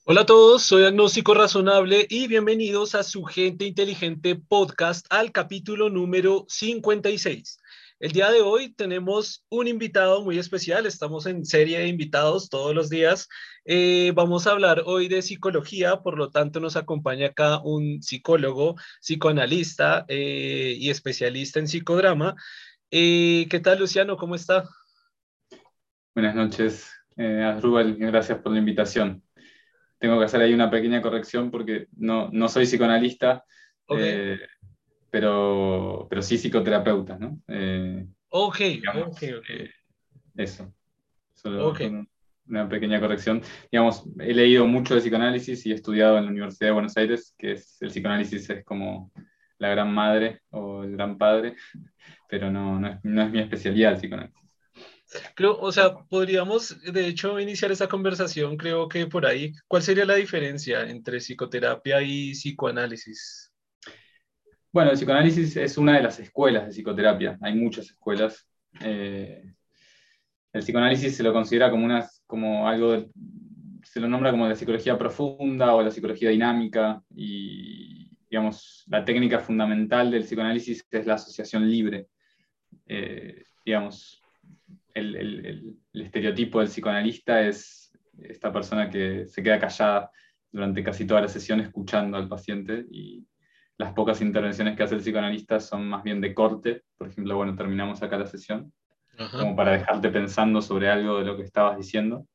Hola a todos, soy Agnóstico Razonable y bienvenidos a su Gente Inteligente podcast al capítulo número 56. El día de hoy tenemos un invitado muy especial, estamos en serie de invitados todos los días. Vamos a hablar hoy de psicología, por lo tanto nos acompaña acá un psicólogo, psicoanalista y especialista en psicodrama. ¿Qué tal, Luciano? ¿Cómo está? Buenas noches, Asdrúbal, gracias por la invitación. Tengo que hacer ahí una pequeña corrección porque no soy psicoanalista, Ok, eh, pero sí psicoterapeuta, ¿no? ok, ok, Digamos, ok, eso, solo ok. con una pequeña corrección. Digamos, he leído mucho de psicoanálisis y he estudiado en la Universidad de Buenos Aires, que es, el psicoanálisis es como la gran madre o el gran padre, pero no es mi especialidad el psicoanálisis. Creo, o sea, podríamos, de hecho, iniciar esta conversación, creo que por ahí. ¿Cuál sería la diferencia entre psicoterapia y psicoanálisis? Bueno, el psicoanálisis es una de las escuelas de psicoterapia. Hay muchas escuelas. Eh, el psicoanálisis se lo considera como algo, se lo nombra como la psicología profunda o la psicología dinámica. Y, digamos, la técnica fundamental del psicoanálisis es la asociación libre. Digamos, el estereotipo del psicoanalista es esta persona que se queda callada durante casi toda la sesión escuchando al paciente y las pocas intervenciones que hace el psicoanalista son más bien de corte. Por ejemplo, bueno, terminamos acá la sesión, Ajá. como para dejarte pensando sobre algo de lo que estabas diciendo.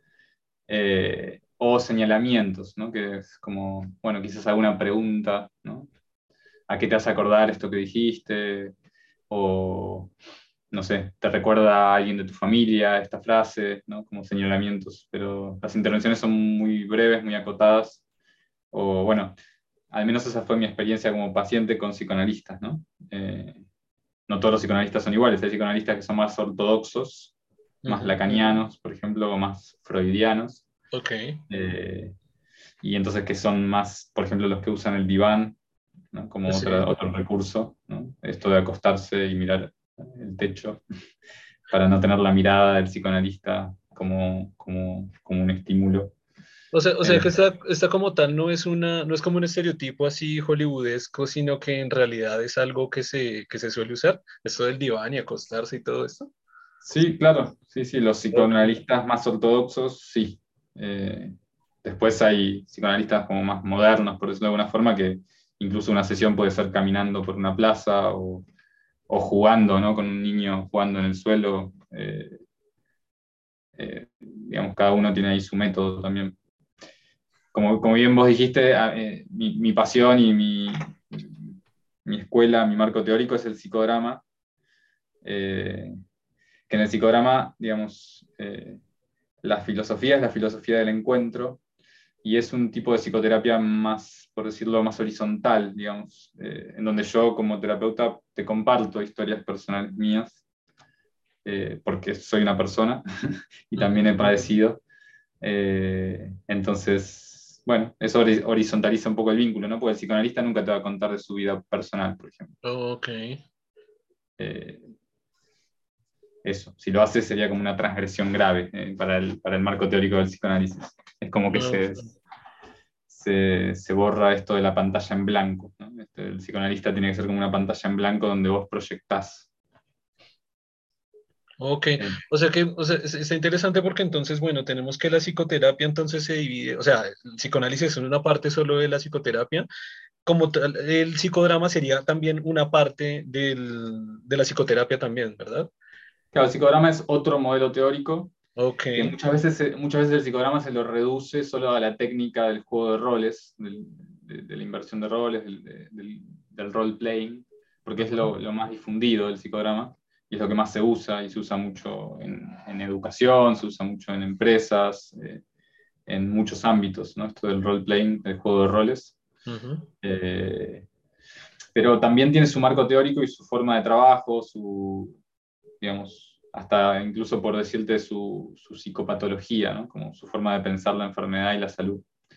O señalamientos, ¿no? Que es como, bueno, quizás alguna pregunta, ¿no? ¿A qué te hace acordar esto que dijiste? O, no sé, te recuerda a alguien de tu familia esta frase, ¿no? Como señalamientos, pero las intervenciones son muy breves, muy acotadas, o bueno, al menos esa fue mi experiencia como paciente con psicoanalistas, ¿no? No todos los psicoanalistas son iguales, hay psicoanalistas que son más ortodoxos, más Ujú. lacanianos, por ejemplo, o más freudianos, Ok. eh, y entonces que son más, por ejemplo, los que usan el diván, ¿no? Como Sí. otro recurso, ¿no? Esto de acostarse y mirar el techo para no tener la mirada del psicoanalista como un estímulo. O sea Eh, que esta como tal no es como un estereotipo así hollywoodesco, sino que en realidad es algo que se suele usar, esto del diván y acostarse y todo esto. sí, claro, sí, sí, los Ok. psicoanalistas más ortodoxos, sí. Eh, Después hay psicoanalistas como más modernos, por decirlo de alguna forma, que incluso una sesión puede ser caminando por una plaza o jugando, ¿no? Con un niño jugando en el suelo. Digamos, cada uno tiene ahí su método también. Como bien vos dijiste, mi pasión y mi escuela, mi marco teórico es el psicodrama, eh, que en el psicodrama, digamos, la filosofía es la filosofía del encuentro y es un tipo de psicoterapia más, por decirlo, más horizontal, digamos, en donde yo como terapeuta te comparto historias personales mías, porque soy una persona y también he Ujú. padecido. Entonces, bueno, eso horizontaliza un poco el vínculo, ¿no? Porque el psicoanalista nunca te va a contar de su vida personal, por ejemplo. Ok. Eh, Eso, si lo hace sería como una transgresión grave para el marco teórico del psicoanálisis. Es como que No. se borra esto de la pantalla en blanco, ¿no? El psicoanalista tiene que ser como una pantalla en blanco donde vos proyectás. Ok, Eh, o sea, está interesante porque entonces, bueno, tenemos que la psicoterapia entonces se divide, o sea, el psicoanálisis es una parte solo de la psicoterapia, como tal, el psicodrama sería también una parte de la psicoterapia también, ¿verdad? claro, el psicodrama es otro modelo teórico Ok. que muchas veces el psicodrama se lo reduce solo a la técnica del juego de roles, de la inversión de roles, del role-playing, porque es Ajá. lo más difundido del psicodrama y es lo que más se usa y se usa mucho en educación, se usa mucho en empresas, en muchos ámbitos, ¿no? Esto del role-playing, del juego de roles. Ujú. Eh, pero también tiene su marco teórico y su forma de trabajo, digamos, hasta incluso por decirte su psicopatología, ¿no? Como su forma de pensar la enfermedad y la salud.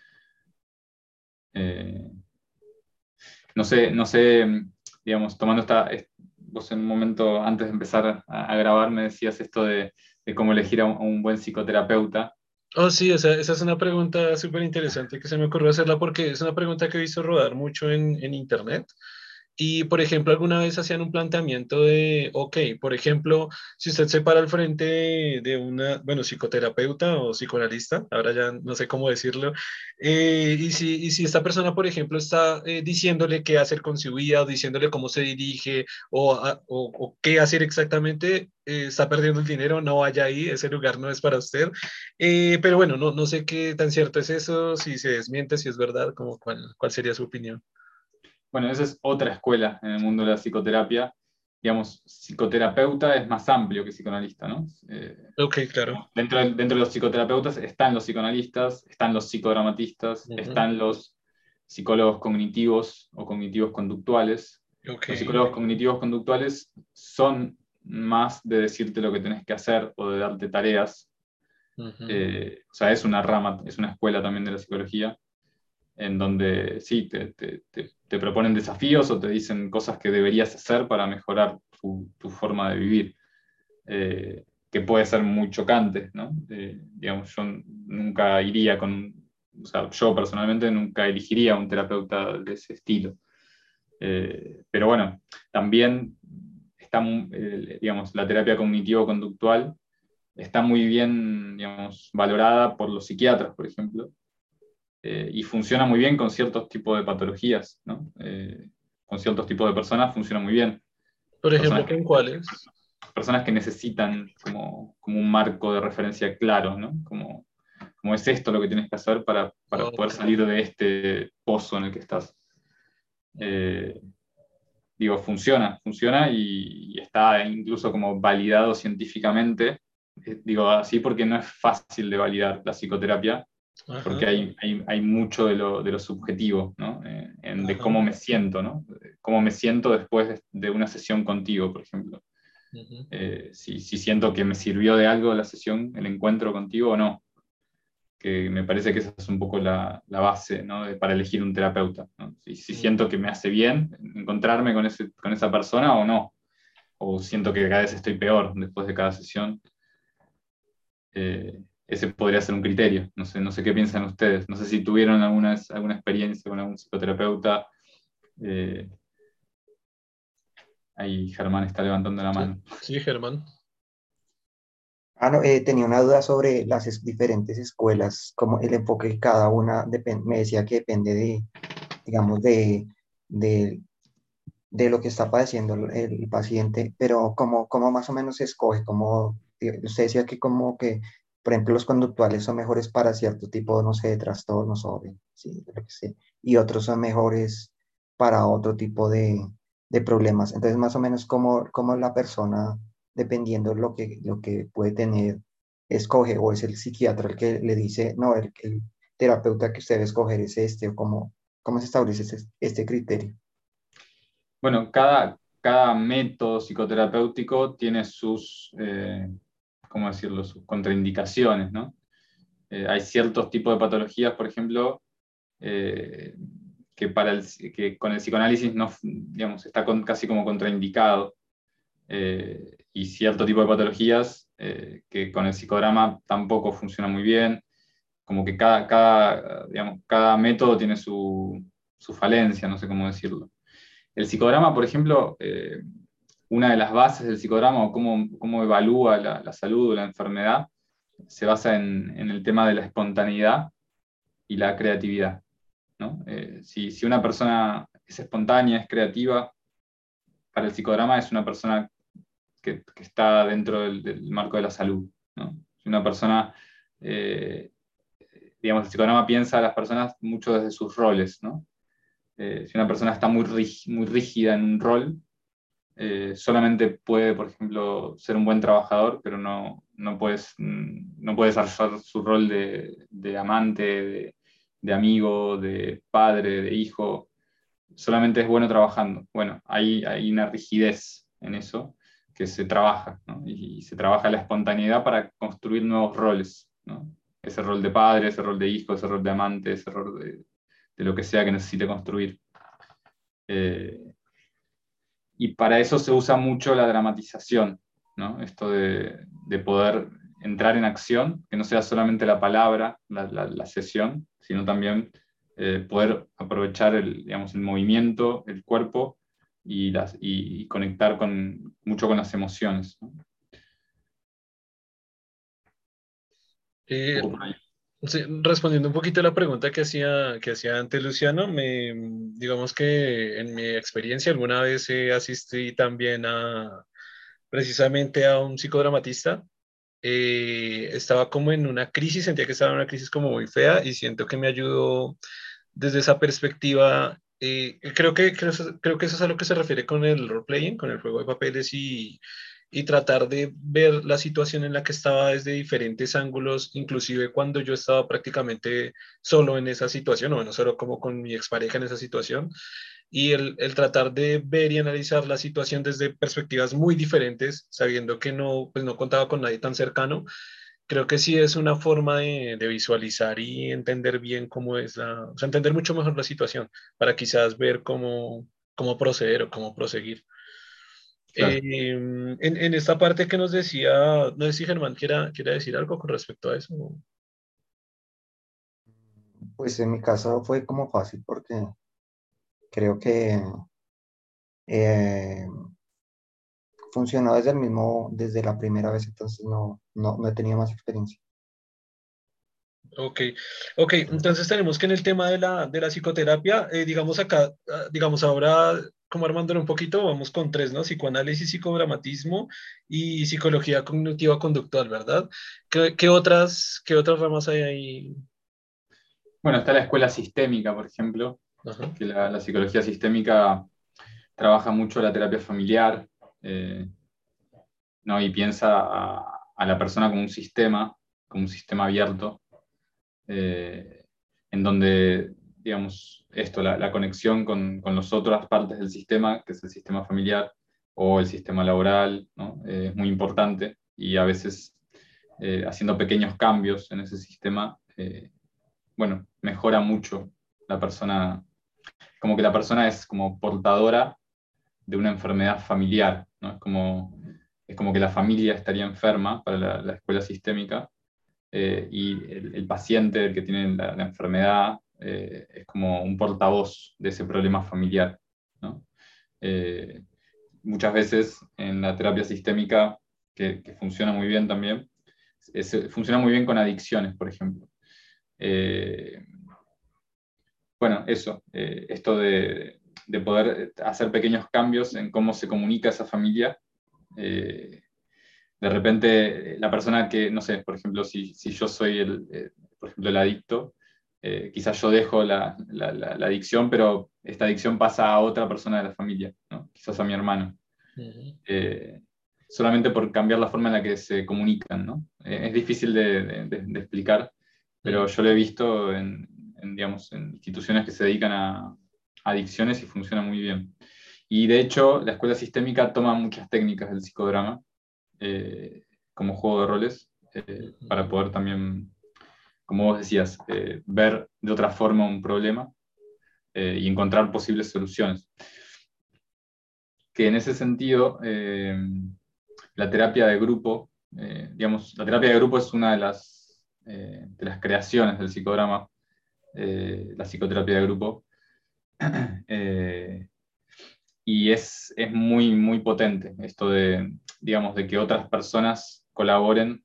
Eh, no sé, digamos, vos en un momento antes de empezar a grabar me decías esto de cómo elegir a un buen psicoterapeuta. Oh, sí, esa es una pregunta súper interesante que se me ocurrió hacerla porque es una pregunta que he visto rodar mucho en internet. Y, por ejemplo, alguna vez hacían un planteamiento de, ok, por ejemplo, si usted se para al frente de una, bueno, psicoterapeuta o psicoanalista, ahora ya no sé cómo decirlo, y si esta persona, por ejemplo, está diciéndole qué hacer con su vida, o diciéndole cómo se dirige, o qué hacer exactamente, está perdiendo el dinero, no vaya ahí, ese lugar no es para usted. Pero bueno, no sé qué tan cierto es eso, si se desmiente, si es verdad, como cuál sería su opinión. Bueno, esa es otra escuela en el mundo de la psicoterapia. Digamos, psicoterapeuta es más amplio que psicoanalista, ¿no? Ok, claro. Dentro de los psicoterapeutas están los psicoanalistas, están los psicodramatistas, Ujú. están los psicólogos cognitivos o cognitivos conductuales. Ok. Los psicólogos cognitivos conductuales son más de decirte lo que tenés que hacer o de darte tareas. Ujú. O sea, es una rama, es una escuela también de la psicología en donde sí, te proponen desafíos o te dicen cosas que deberías hacer para mejorar tu forma de vivir, que puede ser muy chocante, ¿no? Digamos, yo nunca iría con, o sea, yo personalmente nunca elegiría un terapeuta de ese estilo. Pero bueno, también está, digamos, la terapia cognitivo-conductual está muy bien, digamos, valorada por los psiquiatras, por ejemplo, y funciona muy bien con ciertos tipos de patologías, ¿no? Con ciertos tipos de personas funciona muy bien. Por ejemplo, Personas ¿con cuáles? personas que necesitan como un marco de referencia claro, ¿no? Como es esto lo que tienes que hacer para poder Ok. salir de este pozo en el que estás. Eh, Digo, funciona y está incluso como validado científicamente. Digo así porque no es fácil de validar la psicoterapia, Ajá, porque hay mucho de lo subjetivo, ¿no? De ajá. cómo me siento, ¿no? Cómo me siento después de una sesión contigo, por ejemplo. Ujú. Si siento que me sirvió de algo la sesión, el encuentro contigo o no, que me parece que esa es un poco la base, ¿no? Para elegir un terapeuta, ¿no? Si siento que me hace bien encontrarme con esa persona o no, o siento que cada vez estoy peor después de cada sesión, ese podría ser un criterio. No sé qué piensan ustedes. No sé si tuvieron alguna experiencia con algún psicoterapeuta. Eh, Ahí Germán está levantando la Sí, mano. sí, Germán. Ah, no, tenía una duda sobre las diferentes escuelas, como el enfoque de cada una, me decía que depende de, digamos, de, de lo que está padeciendo el paciente, pero como más o menos se escoge, como usted decía que como que, por ejemplo, los conductuales son mejores para cierto tipo, no sé, de trastornos o sí, de lo que sea, y otros son mejores para otro tipo de problemas. Entonces, más o menos como la persona, dependiendo lo que puede tener, escoge, o es el psiquiatra el que le dice, no, el terapeuta que usted debe escoger es este, o cómo se establece este criterio. Bueno, cada método psicoterapéutico tiene ¿cómo decirlo?, sus contraindicaciones, ¿no? Hay ciertos tipos de patologías, por ejemplo, eh, que con el psicoanálisis no, digamos, está casi como contraindicado, y cierto tipo de patologías que con el psicodrama tampoco funciona muy bien, como que digamos, cada método tiene su falencia, no sé cómo decirlo. El psicodrama, por ejemplo, una de las bases del psicodrama o cómo evalúa la salud o la enfermedad se basa en el tema de la espontaneidad y la creatividad, ¿no? Si una persona es espontánea, es creativa, para el psicodrama es una persona que está dentro del marco de la salud, ¿no? Si una persona, eh, digamos, el psicodrama piensa a las personas mucho desde sus roles, ¿no? Si una persona está muy rígida en un rol, solamente puede, por ejemplo, ser un buen trabajador, pero no puede desarrollar su rol de amante, de amigo, de padre, de hijo. Solamente es bueno trabajando. Bueno, hay una rigidez en eso que se trabaja, ¿no? Y se trabaja la espontaneidad para construir nuevos roles, ¿no? Ese rol de padre, ese rol de hijo, ese rol de amante, ese rol de lo que sea que necesite construir. Eh, y para eso se usa mucho la dramatización, ¿no? Esto de poder entrar en acción, que no sea solamente la palabra, la sesión, sino también poder aprovechar digamos, el movimiento, el cuerpo y conectar mucho con las emociones, ¿no? Un Eh, poco por ahí. sí, respondiendo un poquito a la pregunta que hacía antes Luciano, digamos que en mi experiencia alguna vez asistí también precisamente a un psicodramatista. Estaba como en una crisis, sentía que estaba en una crisis como muy fea y siento que me ayudó desde esa perspectiva. Creo que eso es a lo que se refiere con el role-playing, con el juego de papeles y tratar de ver la situación en la que estaba desde diferentes ángulos, inclusive cuando yo estaba prácticamente solo en esa situación, o bueno, solo como con mi expareja en esa situación, y el tratar de ver y analizar la situación desde perspectivas muy diferentes, sabiendo que no, pues no contaba con nadie tan cercano. Creo que sí es una forma de visualizar y entender bien cómo es o sea, entender mucho mejor la situación para quizás ver cómo proceder o cómo proseguir. Claro. En esta parte que nos decía, no sé si Germán quiera decir algo con respecto a eso. Pues en mi caso fue como fácil porque creo que eh, funcionó desde la primera vez, entonces no he tenido más experiencia. Ok, ok, entonces tenemos que en el tema de la psicoterapia, digamos acá, digamos ahora, como armándolo un poquito, vamos con tres, ¿no? Psicoanálisis, psicodramatismo y psicología cognitiva conductual, ¿verdad? Qué otras ramas hay ahí? Bueno, está la escuela sistémica, por ejemplo, Ajá. que la psicología sistémica trabaja mucho la terapia familiar, eh, ¿no? Y piensa a la persona como un sistema abierto, eh, en donde, digamos, la conexión con las otras partes del sistema, que es el sistema familiar o el sistema laboral, ¿no? Es muy importante y a veces haciendo pequeños cambios en ese sistema, bueno, mejora mucho la persona, como que la persona es como portadora de una enfermedad familiar, ¿no? Es como que la familia estaría enferma para la escuela sistémica, y el paciente, el que tiene la enfermedad, es como un portavoz de ese problema familiar, ¿no? Eh, Muchas veces en la terapia sistémica, que funciona muy bien también, funciona muy bien con adicciones, por ejemplo. Eh, bueno, eso, esto de poder hacer pequeños cambios en cómo se comunica esa familia. eh, de repente, la persona que, no sé, por ejemplo, si yo soy por ejemplo, el adicto, quizás yo dejo la adicción, pero esta adicción pasa a otra persona de la familia, ¿no? Quizás a mi hermano, Ujú. eh, solamente por cambiar la forma en la que se comunican, ¿no? Es difícil de explicar, pero Mm. yo lo he visto digamos, en instituciones que se dedican a adicciones y funciona muy bien. Y de hecho, la escuela sistémica toma muchas técnicas del psicodrama, eh, como juego de roles, para poder también, como vos decías, ver de otra forma un problema, y encontrar posibles soluciones. Que en ese sentido, la terapia de grupo, digamos, la terapia de grupo es una de las creaciones del psicodrama, la psicoterapia de grupo, eh, y es muy, muy potente esto digamos, de que otras personas colaboren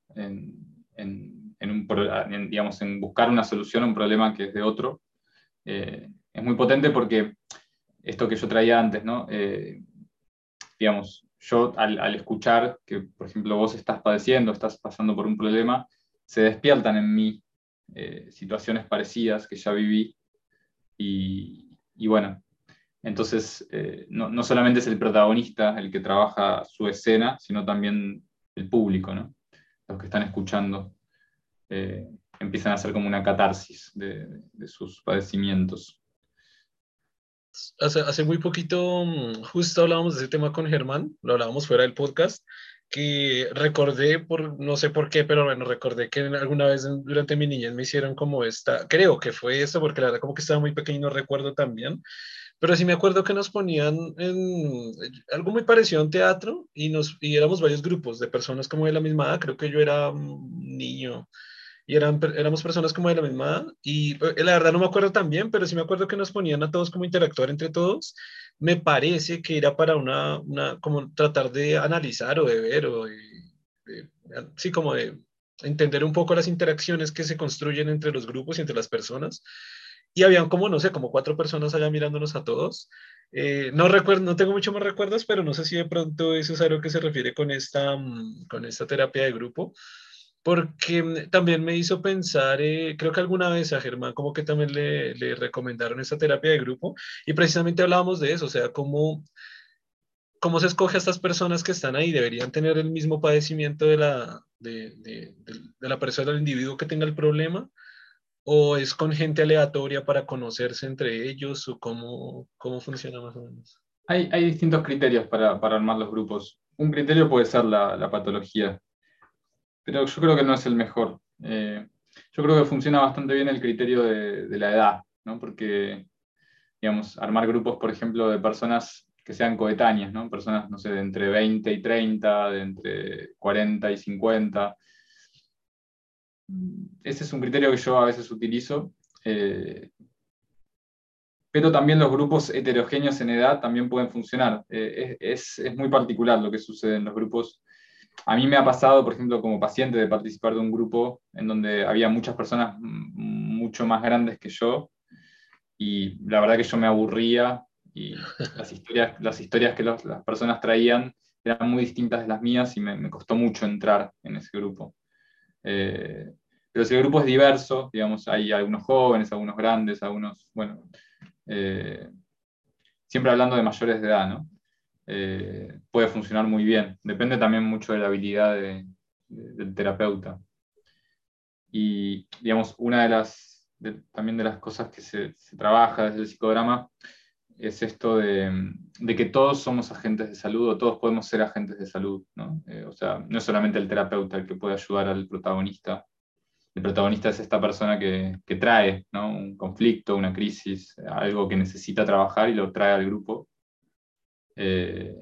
digamos, en buscar una solución a un problema que es de otro. Es muy potente porque esto que yo traía antes, ¿no? Digamos, yo al escuchar que, por ejemplo, vos estás padeciendo, estás pasando por un problema, se despiertan en mí situaciones parecidas que ya viví y bueno, entonces no solamente es el protagonista el que trabaja su escena, sino también el público, ¿no? Los que están escuchando eh, empiezan a hacer como una catarsis de sus padecimientos. Hace muy poquito, justo hablábamos de ese tema con Germán, lo hablábamos fuera del podcast, que recordé no sé por qué, pero bueno, recordé que alguna vez durante mi niñez me hicieron como esta, creo que fue esto, porque la verdad como que estaba muy pequeño y no recuerdo tan bien, Pero sí me acuerdo que nos ponían en algo muy parecido a un teatro y éramos varios grupos de personas como de la misma edad. Creo que yo era un niño y éramos personas como de la misma edad. Y la verdad no me acuerdo tan bien, pero sí me acuerdo que nos ponían a todos como interactuar entre todos. Me parece que era para como tratar de analizar o de ver sí, como de entender un poco las interacciones que se construyen entre los grupos y entre las personas. Y habían como, no sé, como 4 personas allá mirándonos a todos. No recuerdo, no tengo mucho más recuerdos, pero no sé si de pronto eso es a lo que se refiere con esta terapia de grupo, porque también me hizo pensar, creo que alguna vez a Germán como que también le recomendaron esta terapia de grupo y precisamente hablábamos de eso, o sea, cómo se escoge a estas personas que están ahí, deberían tener el mismo padecimiento de la persona, del individuo que tenga el problema ¿o es con gente aleatoria para conocerse entre ellos o cómo funciona más o menos? Hay distintos criterios para armar los grupos. Un criterio puede ser la patología, pero yo creo que no es el mejor. Yo creo que funciona bastante bien el criterio de la edad, ¿no? Porque, digamos, armar grupos, por ejemplo, de personas que sean coetáneas, ¿no? Personas, no sé, de entre 20 y 30, de entre 40 y 50. Ese es un criterio que yo a veces utilizo. eh, pero también los grupos heterogéneos en edad también pueden funcionar. Es muy particular lo que sucede en los grupos. A mí me ha pasado, por ejemplo, como paciente, de participar de un grupo en donde había muchas personas mucho más grandes que yo y la verdad que yo me aburría y las historias que las personas traían eran muy distintas de las mías y me costó mucho entrar en ese grupo. Eh, pero si el grupo es diverso, digamos, hay algunos jóvenes, algunos grandes, algunos, bueno, eh, siempre hablando de mayores de edad, ¿no? Puede funcionar muy bien. Depende también mucho de la habilidad del terapeuta. Y, digamos, una también de las cosas que se trabaja desde el psicodrama es esto de que todos somos agentes de salud o todos podemos ser agentes de salud, ¿no? O sea, no es solamente el terapeuta el que puede ayudar al protagonista. El protagonista es esta persona que trae, ¿no? Un conflicto, una crisis, algo que necesita trabajar y lo trae al grupo. Eh,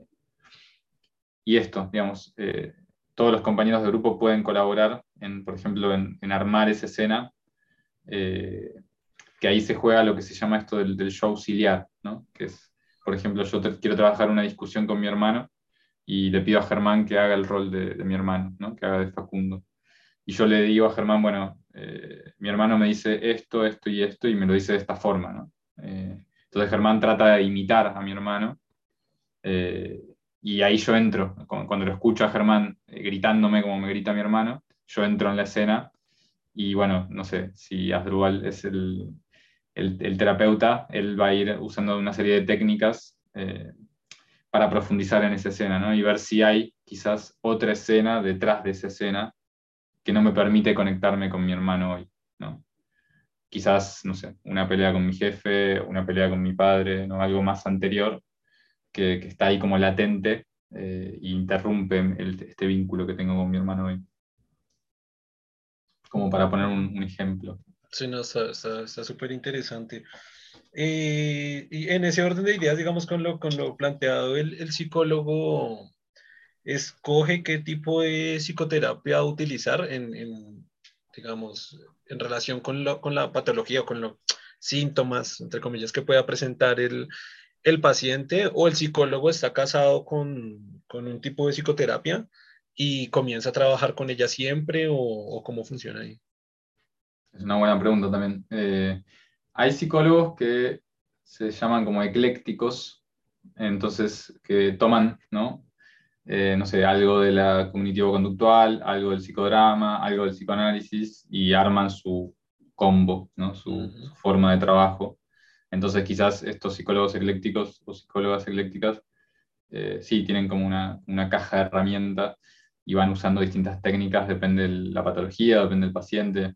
y esto, digamos, todos los compañeros de grupo pueden colaborar, por ejemplo, en armar esa escena, eh, que ahí se juega lo que se llama esto del show auxiliar, ¿no? Que es, por ejemplo, yo quiero trabajar una discusión con mi hermano y le pido a Germán que haga el rol de mi hermano, ¿no? Que haga de Facundo. Y yo le digo a Germán, bueno, mi hermano me dice esto, esto y esto, y me lo dice de esta forma, ¿no? Entonces Germán trata de imitar a mi hermano, eh, y ahí yo entro, cuando lo escucho a Germán gritándome como me grita mi hermano, yo entro en la escena y bueno, no sé, si Asdrúbal es el terapeuta, él va a ir usando una serie de técnicas para profundizar en esa escena, ¿no? Y ver si hay quizás otra escena detrás de esa escena que no me permite conectarme con mi hermano hoy, ¿no? Quizás, no sé, una pelea con mi jefe, una pelea con mi padre, ¿no? Algo más anterior que está ahí como latente, e interrumpe este vínculo que tengo con mi hermano hoy, como para poner un ejemplo. Sí, no, está súper interesante. Y en ese orden de ideas, digamos, con lo planteado, el psicólogo escoge qué tipo de psicoterapia utilizar digamos, en relación con la patología o con los síntomas, entre comillas, que pueda presentar el paciente o el psicólogo está casado con un tipo de psicoterapia y comienza a trabajar con ella siempre o cómo funciona ahí. Es una buena pregunta también. Hay psicólogos que se llaman como eclécticos, entonces que toman, ¿no? No sé, algo de la cognitivo-conductual, algo del psicodrama, algo del psicoanálisis y arman su combo, ¿no? Su Ujú. forma de trabajo. Entonces quizás estos psicólogos eclécticos o psicólogas eclécticas sí tienen como una caja de herramientas y van usando distintas técnicas, depende de la patología, depende del paciente.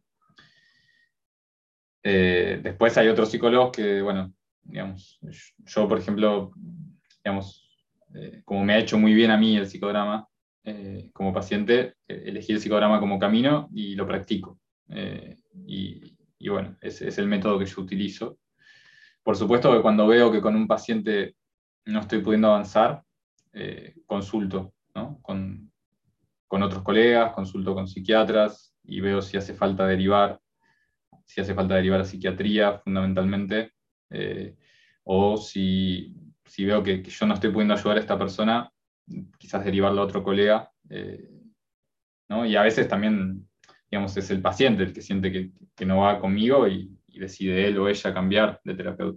Después hay otros psicólogos que, bueno, digamos, yo por ejemplo, digamos, como me ha hecho muy bien a mí el psicodrama, como paciente, elegí el psicodrama como camino y lo practico. Y bueno, es el método que yo utilizo. Por supuesto que cuando veo que con un paciente no estoy pudiendo avanzar, consulto, ¿no? Con otros colegas, consulto con psiquiatras y veo si hace falta derivar, a psiquiatría fundamentalmente, eh, o si veo que yo no estoy pudiendo ayudar a esta persona, quizás derivarlo a otro colega, ¿no? Y a veces también, digamos, es el paciente el que siente que no va conmigo y decide él o ella cambiar de terapeuta.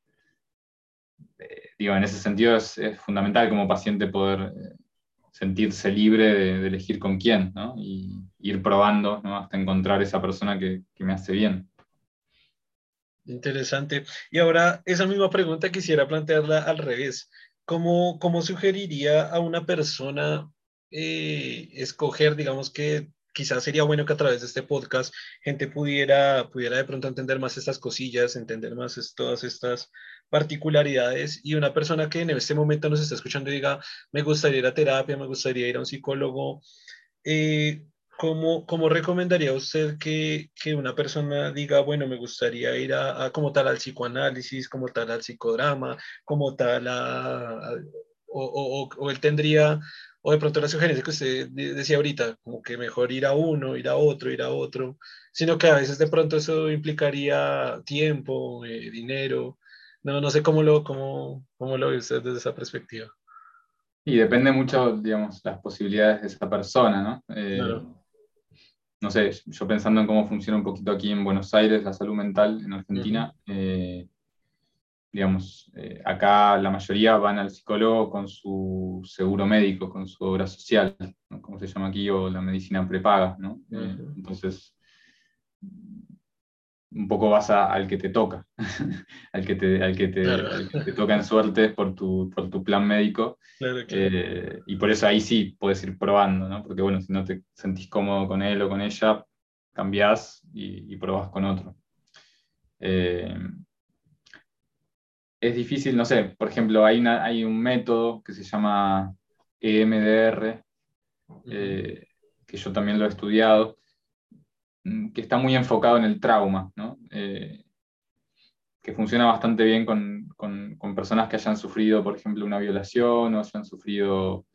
Digo, en ese sentido es fundamental como paciente poder sentirse libre de elegir con quién, ¿no? Y ir probando, ¿no? Hasta encontrar esa persona que me hace bien. Interesante. Y ahora esa misma pregunta quisiera plantearla al revés. ¿Cómo sugeriría a una persona escoger, digamos que quizás sería bueno que a través de este podcast gente pudiera de pronto entender más estas cosillas, entender más todas estas particularidades y una persona que en este momento nos está escuchando y diga, me gustaría ir a terapia, me gustaría ir a un psicólogo, eh, cómo recomendaría usted que una persona diga, bueno, me gustaría ir a como tal al psicoanálisis, como tal al psicodrama, como tal o él tendría, o de pronto la sugerencia que usted decía ahorita, como que mejor ir a uno, ir a otro, sino que a veces de pronto eso implicaría tiempo, dinero, no sé cómo lo ve usted desde esa perspectiva. Y depende mucho, digamos, las posibilidades de esa persona, ¿no? Claro. No sé, yo pensando en cómo funciona un poquito aquí en Buenos Aires la salud mental en Ujú, Argentina, digamos, acá la mayoría van al psicólogo con su seguro médico, con su obra social, ¿no? Como se llama aquí, o la medicina prepaga, ¿no? ujú. Entonces, un poco vas al que te toca, Claro, al que te toca en suerte por tu plan médico. claro, claro. Y por eso ahí sí puedes ir probando, ¿no? Porque bueno, si no te sentís cómodo con él o con ella, cambiás y probás con otro. Eh, es difícil, no sé, por ejemplo, hay un método que se llama EMDR, Ujú, eh, que yo también lo he estudiado, que está muy enfocado en el trauma, ¿no? Que funciona bastante bien con personas que hayan sufrido, por ejemplo, una violación o hayan sufrido,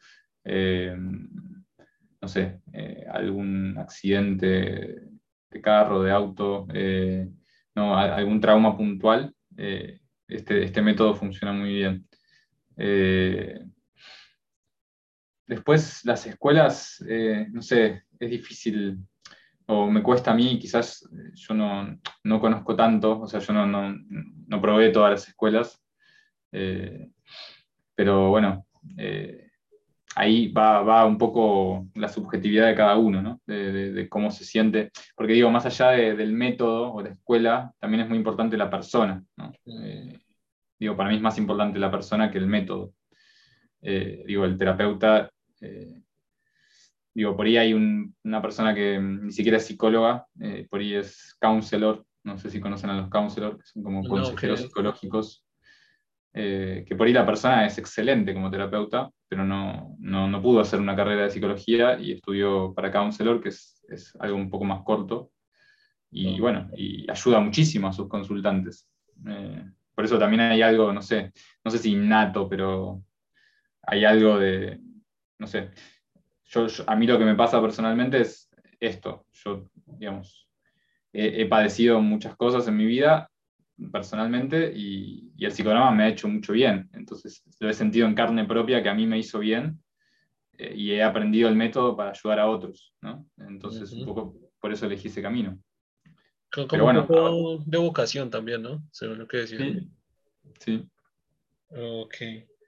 no sé, algún accidente de carro, de auto, no, algún trauma puntual. Este método funciona muy bien. Eh, Después, las escuelas, no sé, es difícil o me cuesta a mí, quizás yo no conozco tanto, o sea, yo no probé todas las escuelas, eh, pero bueno, ahí va un poco la subjetividad de cada uno, ¿no? De cómo se siente, porque digo, más allá del método o la escuela, también es muy importante la persona, ¿no? ujú. Digo, para mí es más importante la persona que el método. Digo, el terapeuta... Digo, por ahí hay una persona que ni siquiera es psicóloga, por ahí es counselor, no sé si conocen a los counselors, que son como No, consejeros que psicológicos, que por ahí la persona es excelente como terapeuta, pero no pudo hacer una carrera de psicología y estudió para counselor, que es algo un poco más corto, y no. bueno, y ayuda muchísimo a sus consultantes. Por eso también hay algo, no sé si innato, pero hay algo de, no sé, a mí lo que me pasa personalmente es esto. Yo, digamos, he padecido muchas cosas en mi vida personalmente y el psicodrama me ha hecho mucho bien. Entonces lo he sentido en carne propia que a mí me hizo bien y he aprendido el método para ayudar a otros, ¿no? Entonces un Ujú. poco por eso elegí ese camino. Pero Como un bueno, poco de vocación también, ¿no? Según lo que decía. sí, sí. Ok.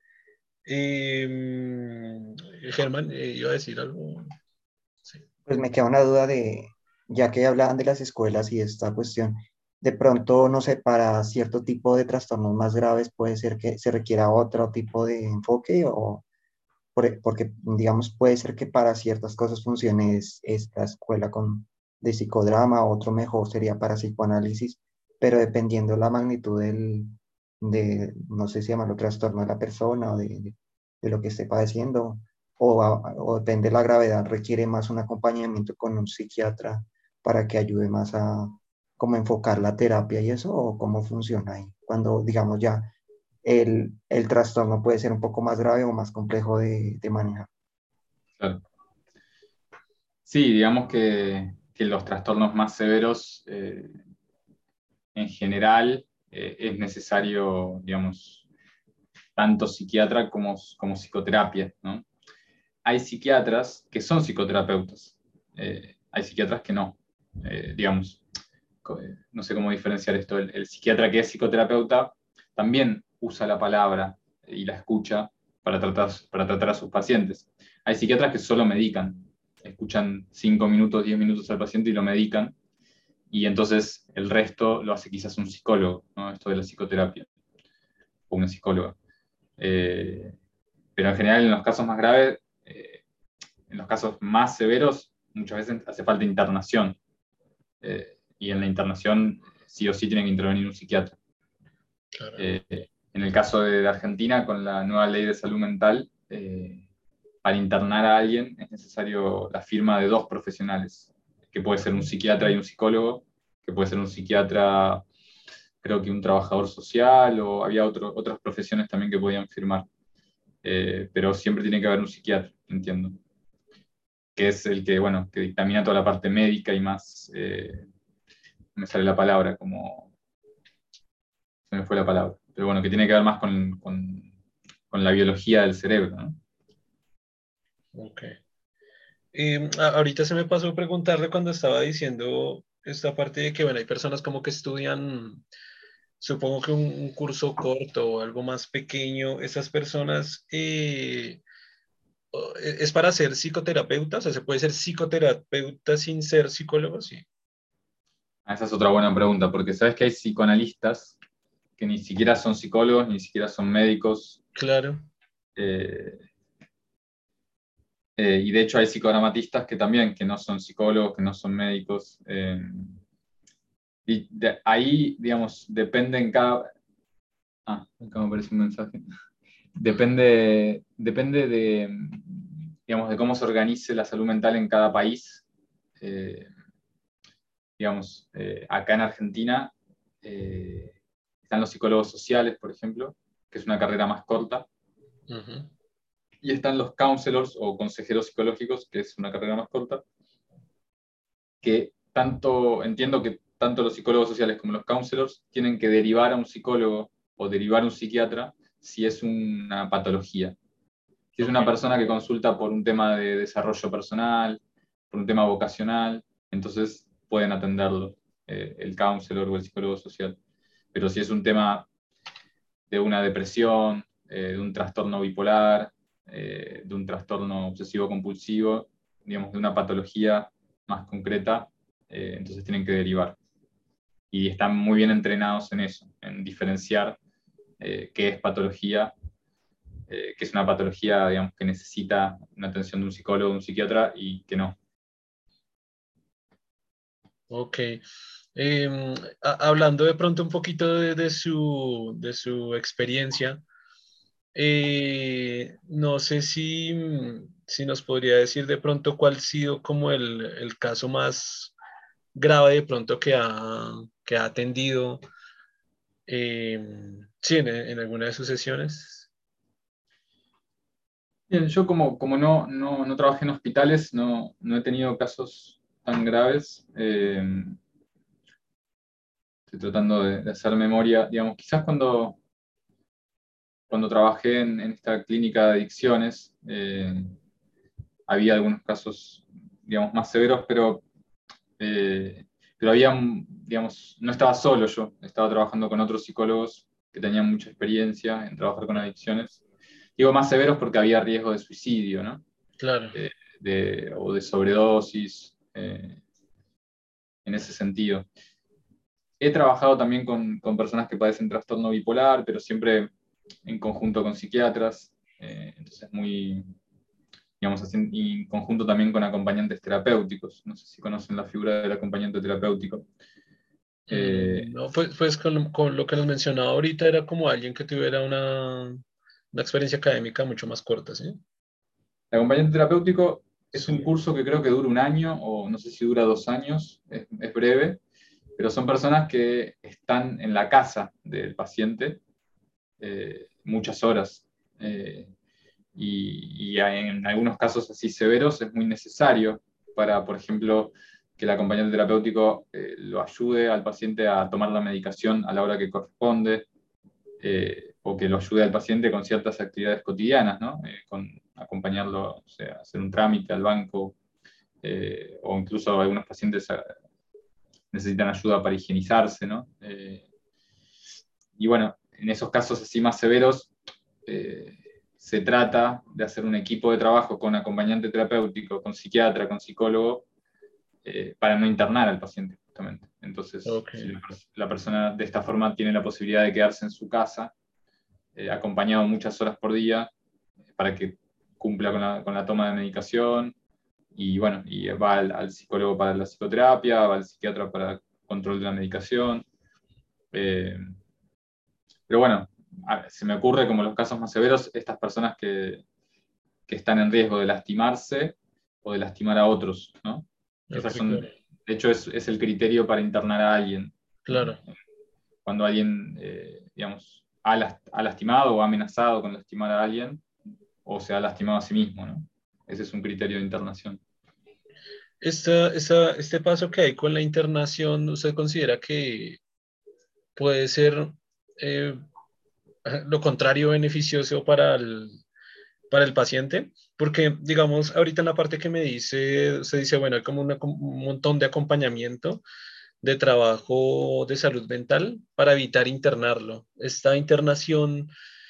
Germán, iba a decir algo. Sí. Pues me queda una duda de, ya que hablaban de las escuelas y esta cuestión, de pronto, no sé, para cierto tipo de trastornos más graves puede ser que se requiera otro tipo de enfoque o porque, digamos, puede ser que para ciertas cosas funcione esta escuela de psicodrama, otro mejor sería para psicoanálisis, pero dependiendo la magnitud no sé si llamarlo trastorno de la persona o de lo que esté padeciendo, o depende de la gravedad, requiere más un acompañamiento con un psiquiatra para que ayude más a cómo enfocar la terapia y eso, o cómo funciona ahí. cuando, digamos, ya el trastorno puede ser un poco más grave o más complejo de manejar. Claro. Sí, digamos que los trastornos más severos, en general, es necesario, digamos, tanto psiquiatra como psicoterapia, ¿no? Hay psiquiatras que son psicoterapeutas, hay psiquiatras que no, digamos, no sé cómo diferenciar esto. El psiquiatra que es psicoterapeuta también usa la palabra y la escucha para tratar a sus pacientes. Hay psiquiatras que solo medican, escuchan 5 minutos, 10 minutos al paciente y lo medican, y entonces el resto lo hace quizás un psicólogo, ¿no? Esto de la psicoterapia, o una psicóloga. Eh, pero en general, en los casos más graves, en los casos más severos, muchas veces hace falta internación. Y en la internación sí o sí tiene que intervenir un psiquiatra. Claro. En el caso de Argentina, con la nueva ley de salud mental, para internar a alguien es necesario la firma de 2 profesionales, que puede ser un psiquiatra y un psicólogo, que puede ser un psiquiatra, creo que un trabajador social, o había otras profesiones también que podían firmar. Pero siempre tiene que haber un psiquiatra, entiendo, que es el que, bueno, que dictamina toda la parte médica y más, me sale la palabra, como, se me fue la palabra, pero bueno, que tiene que ver más con la biología del cerebro, ¿no? Ok. Ahorita se me pasó preguntarle cuando estaba diciendo esta parte de que, bueno, hay personas como que estudian, supongo que un curso corto o algo más pequeño. Esas personas, ¿es para ser psicoterapeuta? O sea, ¿se puede ser psicoterapeuta sin ser psicólogo? Sí. Esa es otra buena pregunta, porque sabes que hay psicoanalistas que ni siquiera son psicólogos, ni siquiera son médicos, Claro. eh, y de hecho hay psicodramatistas que también, que no son psicólogos, que no son médicos, y ahí, digamos, depende en cada... Ah, acá me aparece un mensaje. Depende de, digamos, de cómo se organice la salud mental en cada país. Eh, digamos, acá en Argentina están los psicólogos sociales, por ejemplo, que es una carrera más corta, Ujú. y están los counselors o consejeros psicológicos, que es una carrera más corta, que tanto, entiendo que tanto los psicólogos sociales como los counselors tienen que derivar a un psicólogo o derivar a un psiquiatra si es una patología. Si es Ok. una persona que consulta por un tema de desarrollo personal, por un tema vocacional, entonces pueden atenderlo, el counselor o el psicólogo social. Pero si es un tema de una depresión, de un trastorno bipolar, de un trastorno obsesivo-compulsivo, digamos, de una patología más concreta, entonces tienen que derivar. Y están muy bien entrenados en eso, en diferenciar qué es patología, que es una patología, digamos, que necesita una atención de un psicólogo, de un psiquiatra, y que no. Ok. Hablando de pronto un poquito de su experiencia, no sé si nos podría decir de pronto cuál ha sido como el caso más grave de pronto que ha atendido, sí, en alguna de sus sesiones. Bien, yo como no trabajé en hospitales, no he tenido casos tan graves. Estoy tratando de hacer memoria. Digamos, quizás cuando trabajé en esta clínica de adicciones, había algunos casos, digamos, más severos, pero había, digamos, no estaba solo yo, estaba trabajando con otros psicólogos que tenían mucha experiencia en trabajar con adicciones. Digo más severos porque había riesgo de suicidio, ¿no? Claro. O de sobredosis, en ese sentido. He trabajado también con personas que padecen trastorno bipolar, pero siempre en conjunto con psiquiatras, entonces muy, digamos así, y en conjunto también con acompañantes terapéuticos. No sé si conocen la figura del acompañante terapéutico. No, pues con lo que nos mencionaba ahorita era como alguien que tuviera una experiencia académica mucho más corta, ¿sí? El acompañante terapéutico es un Sí. curso que creo que dura 1 año, o no sé si dura 2 años, es breve, pero son personas que están en la casa del paciente muchas horas. Y en algunos casos así severos es muy necesario para, por ejemplo, que el acompañante terapéutico lo ayude al paciente a tomar la medicación a la hora que corresponde, o que lo ayude al paciente con ciertas actividades cotidianas, ¿no? Con acompañarlo, o sea, hacer un trámite al banco, o incluso algunos pacientes necesitan ayuda para higienizarse, ¿no? Y bueno, en esos casos así más severos, se trata de hacer un equipo de trabajo con acompañante terapéutico, con psiquiatra, con psicólogo, para no internar al paciente, justamente. Entonces, Ok. si la persona de esta forma tiene la posibilidad de quedarse en su casa, acompañado muchas horas por día, para que cumpla con la toma de medicación, y bueno, y va al psicólogo para la psicoterapia, va al psiquiatra para control de la medicación. Eh, pero bueno, se me ocurre como los casos más severos, estas personas que están en riesgo de lastimarse o de lastimar a otros, ¿no? Ok, Esas son, claro. de hecho, es el criterio para internar a alguien, ¿no? Claro. Cuando alguien, digamos, ha lastimado o ha amenazado con lastimar a alguien, o se ha lastimado a sí mismo, ¿no? Ese es un criterio de internación. Este paso que hay con la internación, ¿usted considera que puede ser eh, lo contrario beneficioso para el paciente? Porque, digamos, ahorita en la parte que me dice, se dice, bueno, hay como un montón de acompañamiento de trabajo de salud mental para evitar internarlo. Esta internación,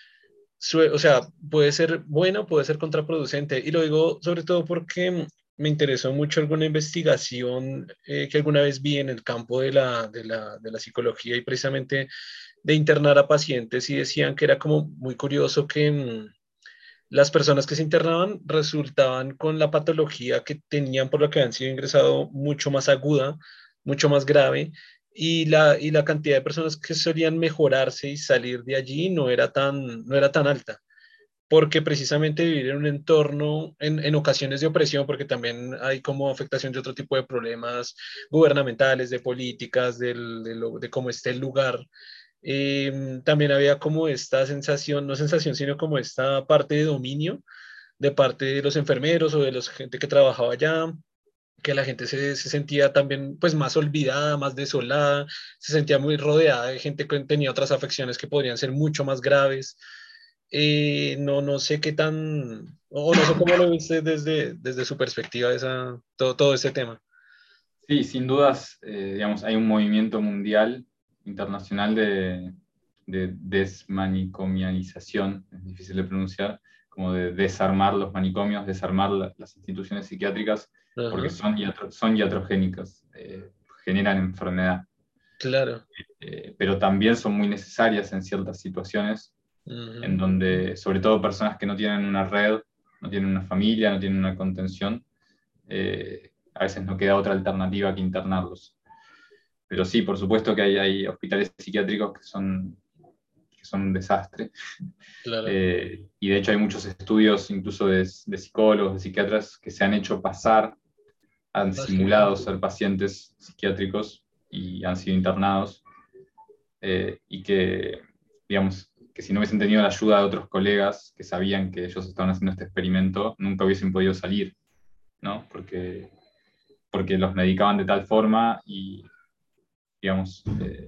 o sea, puede ser buena, puede ser contraproducente. Y lo digo sobre todo porque me interesó mucho alguna investigación que alguna vez vi en el campo de la psicología y precisamente de internar a pacientes y decían que era como muy curioso que las personas que se internaban resultaban con la patología que tenían por la que habían sido ingresado mucho más aguda, mucho más grave, y la cantidad de personas que solían mejorarse y salir de allí no era tan alta, porque precisamente vivir en un entorno, en ocasiones de opresión, porque también hay como afectación de otro tipo de problemas gubernamentales, de políticas, de cómo esté el lugar, también había como esta sensación, no sensación, sino como esta parte de dominio de parte de los enfermeros o de la gente que trabajaba allá, que la gente se sentía también pues más olvidada, más desolada, se sentía muy rodeada de gente que tenía otras afecciones que podrían ser mucho más graves. No sé qué tan, o no sé cómo lo viste desde su perspectiva todo este tema. Sí, sin dudas, digamos, hay un movimiento mundial, internacional de desmanicomialización, es difícil de pronunciar, como de desarmar los manicomios, desarmar las instituciones psiquiátricas, porque Ajá, son iatrogénicas, generan enfermedad, claro. pero también son muy necesarias en ciertas situaciones, en Ujú. donde, sobre todo personas que no tienen una red, no tienen una familia, no tienen una contención, a veces no queda otra alternativa que internarlos. Pero sí, por supuesto que hay hospitales psiquiátricos que son un desastre. Claro. Y de hecho hay muchos estudios, incluso de psicólogos, de psiquiatras, que se han hecho pasar, han Así. simulado ser pacientes psiquiátricos y han sido internados, y que, digamos, que si no hubiesen tenido la ayuda de otros colegas que sabían que ellos estaban haciendo este experimento, nunca hubiesen podido salir, ¿no? Porque los medicaban de tal forma y, digamos,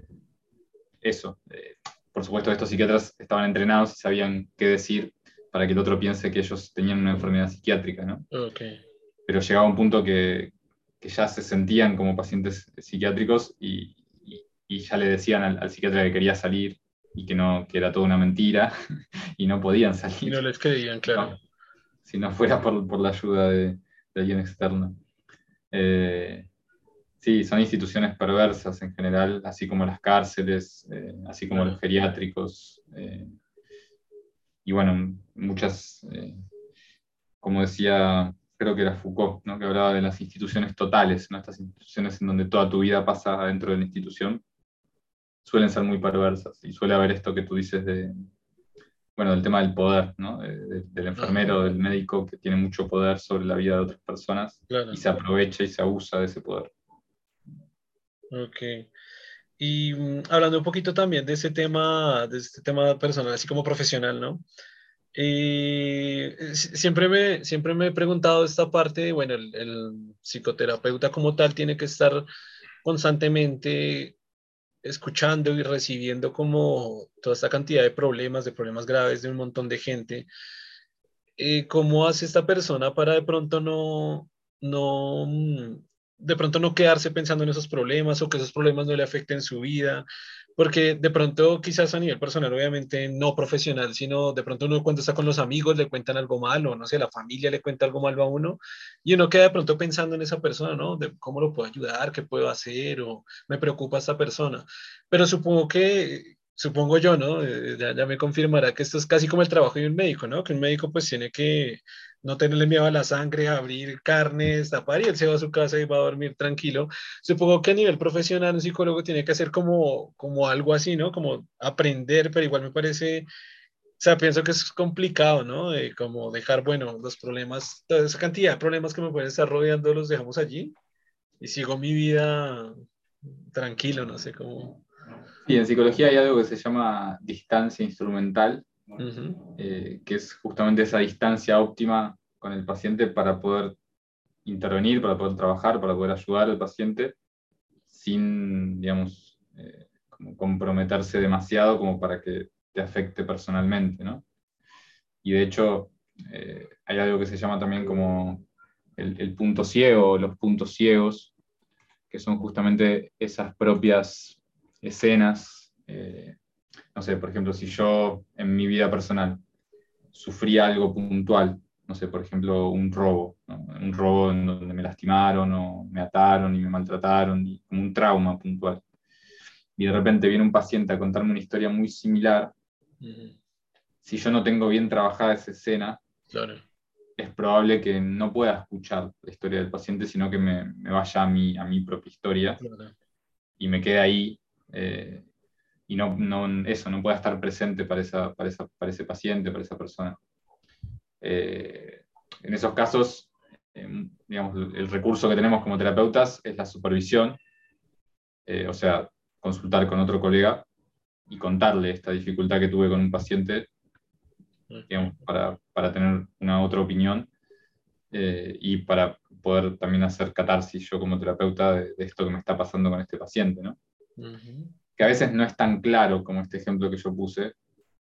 eso. Por supuesto, estos psiquiatras estaban entrenados y sabían qué decir para que el otro piense que ellos tenían una enfermedad psiquiátrica, ¿no? Ok. Pero llegaba un punto que ya se sentían como pacientes psiquiátricos y ya le decían al psiquiatra que quería salir y que no, que era toda una mentira y no podían Y salir no les creían, claro. no, si no fuera por la ayuda de alguien externo. Eh, Sí, son instituciones perversas en general, así como las cárceles, así como los Claro. geriátricos. Y bueno, muchas, como decía, creo que era Foucault, ¿no? Que hablaba de las instituciones totales, ¿no? Estas instituciones en donde toda tu vida pasa dentro de la institución, suelen ser muy perversas. Y suele haber esto que tú dices bueno, del tema del poder, ¿no? Del Ajá, enfermero, del médico que tiene mucho poder sobre la vida de otras personas y claro. se aprovecha y se abusa de ese poder. Ok. Y hablando un poquito también de este tema personal, así como profesional, ¿no? Siempre me he preguntado esta parte de, bueno, el psicoterapeuta como tal tiene que estar constantemente escuchando y recibiendo como toda esta cantidad de problemas graves de un montón de gente. ¿Cómo hace esta persona para de pronto no quedarse pensando en esos problemas o que esos problemas no le afecten su vida? Porque de pronto, quizás a nivel personal, obviamente no profesional, sino de pronto uno cuando está con los amigos le cuentan algo malo, no sé, la familia le cuenta algo malo a uno y uno queda de pronto pensando en esa persona, ¿no? De cómo lo puedo ayudar, qué puedo hacer o me preocupa esta persona. Pero supongo yo, ¿no? Ya me confirmará que esto es casi como el trabajo de un médico, ¿no? Que un médico pues tiene que no tenerle miedo a la sangre, abrir carnes, tapar y él se va a su casa y va a dormir tranquilo. Supongo que a nivel profesional un psicólogo tiene que hacer como algo así, ¿no? Como aprender, pero igual me parece, o sea, pienso que es complicado, ¿no? De como dejar, bueno, los problemas, toda esa cantidad de problemas que me pueden estar rodeando los dejamos allí y sigo mi vida tranquilo, no sé cómo. Sí, en psicología hay algo que se llama distancia instrumental, Ujú, que es justamente esa distancia óptima con el paciente para poder intervenir, para poder trabajar, para poder ayudar al paciente sin, digamos, como comprometerse demasiado como para que te afecte personalmente, ¿no? Y de hecho, hay algo que se llama también como el punto ciego o los puntos ciegos, que son justamente esas propias escenas. No sé, por ejemplo, si yo en mi vida personal sufrí algo puntual, no sé, por ejemplo, un robo, ¿no? Un robo en donde me lastimaron o me ataron y me maltrataron, y como un trauma puntual. Y de repente viene un paciente a contarme una historia muy similar. ujú, Si yo no tengo bien trabajada esa escena, claro, es probable que no pueda escuchar la historia del paciente, sino que me vaya a mi propia historia claro. y me quede ahí, y eso, no pueda estar presente para ese paciente, para esa persona. Eh, en esos casos, digamos, el recurso que tenemos como terapeutas es la supervisión, o sea, consultar con otro colega y contarle esta dificultad que tuve con un paciente, digamos, Ujú, para tener una otra opinión, y para poder también hacer catarsis yo como terapeuta de esto que me está pasando con este paciente, ¿no? ujú, Que a veces no es tan claro como este ejemplo que yo puse,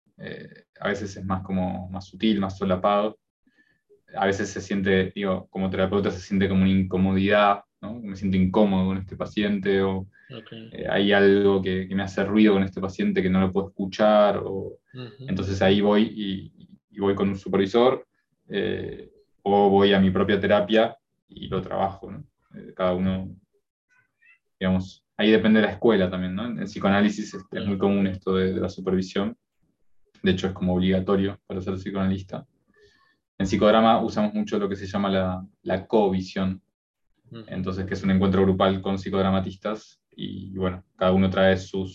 a veces es más como más sutil, más solapado, a veces se siente, digo, como terapeuta se siente como una incomodidad, ¿no? Me siento incómodo con este paciente o ok, hay algo que me hace ruido con este paciente que no lo puedo escuchar, o ujú, entonces ahí voy y voy con un supervisor, o voy a mi propia terapia y lo trabajo, ¿no? Cada uno, digamos, ahí depende de la escuela también, ¿no? En psicoanálisis es muy claro. común esto de la supervisión, de hecho es como obligatorio para ser psicoanalista. En psicodrama usamos mucho lo que se llama la covisión, Ujú, entonces que es un encuentro grupal con psicodramatistas y bueno, cada uno trae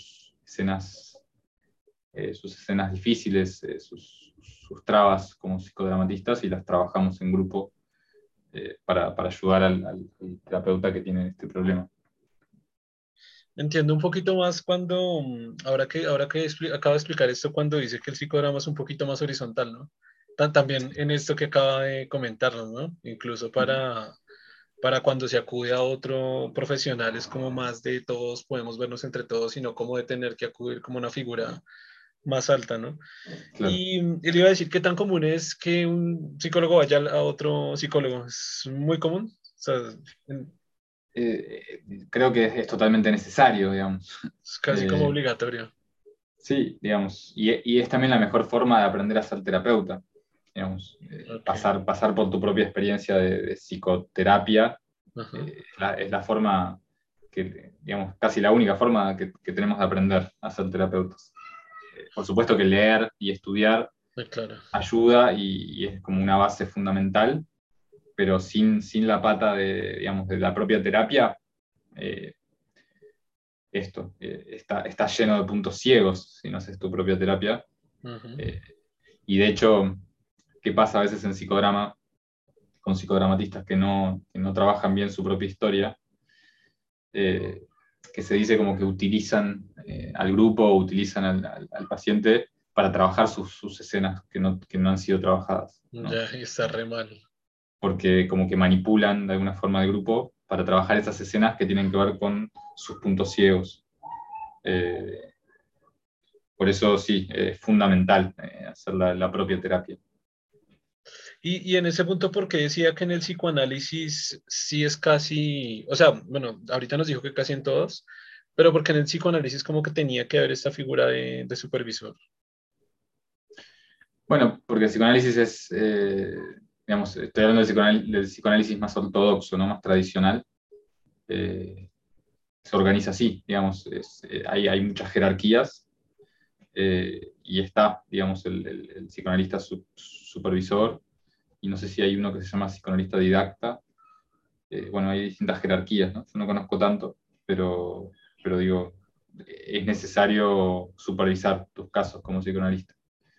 sus escenas difíciles, sus trabas como psicodramatistas y las trabajamos en grupo, para ayudar al terapeuta que tiene este problema. entiendo un poquito más cuando, ahora que acaba de explicar esto, cuando dice que el psicodrama es un poquito más horizontal, ¿no? También en esto que acaba de comentarnos, ¿no? Incluso para cuando se acude a otro profesional es como más de todos, podemos vernos entre todos, sino como de tener que acudir como una figura más alta, ¿no? Claro. Y le iba a decir qué tan común es que un psicólogo vaya a otro psicólogo. ¿Es muy común? O sea, Creo que es totalmente necesario, digamos. es casi como Eh, obligatorio. sí, digamos, y es también la mejor forma de aprender a ser terapeuta, digamos, Ok. pasar por tu propia experiencia de psicoterapia, Ajá. es la forma digamos, casi la única forma que tenemos de aprender a ser terapeutas. Por supuesto que leer y estudiar Claro. ayuda y es como una base fundamental, pero sin la pata digamos, de la propia terapia, eh, está lleno de puntos ciegos si no haces tu propia terapia. Ujú, Eh, y de hecho, ¿qué pasa a veces en psicodrama con psicodramatistas que no trabajan bien su propia historia? que se dice como que utilizan al grupo o utilizan al paciente para trabajar sus escenas que no han sido trabajadas, ¿no? Ya está re mal. Porque como que manipulan de alguna forma al grupo para trabajar esas escenas que tienen que ver con sus puntos ciegos. Eh, por eso sí, es fundamental hacer la propia terapia. Y en ese punto, ¿por qué decía que en el psicoanálisis sí es casi, o sea, bueno, ahorita nos dijo que casi en todos, pero porque en el psicoanálisis como que tenía que haber esta figura de supervisor? Bueno, porque el psicoanálisis es, digamos, estoy hablando del psicoanálisis más ortodoxo, ¿no? Más tradicional. Eh, Se organiza así, digamos, hay muchas jerarquías y está, digamos, el psicoanalista supervisor, y no sé si hay uno que se llama psicoanalista didacta. Bueno, hay distintas jerarquías, ¿no? Yo no conozco tanto, pero digo, es necesario supervisar tus casos como psicoanalista.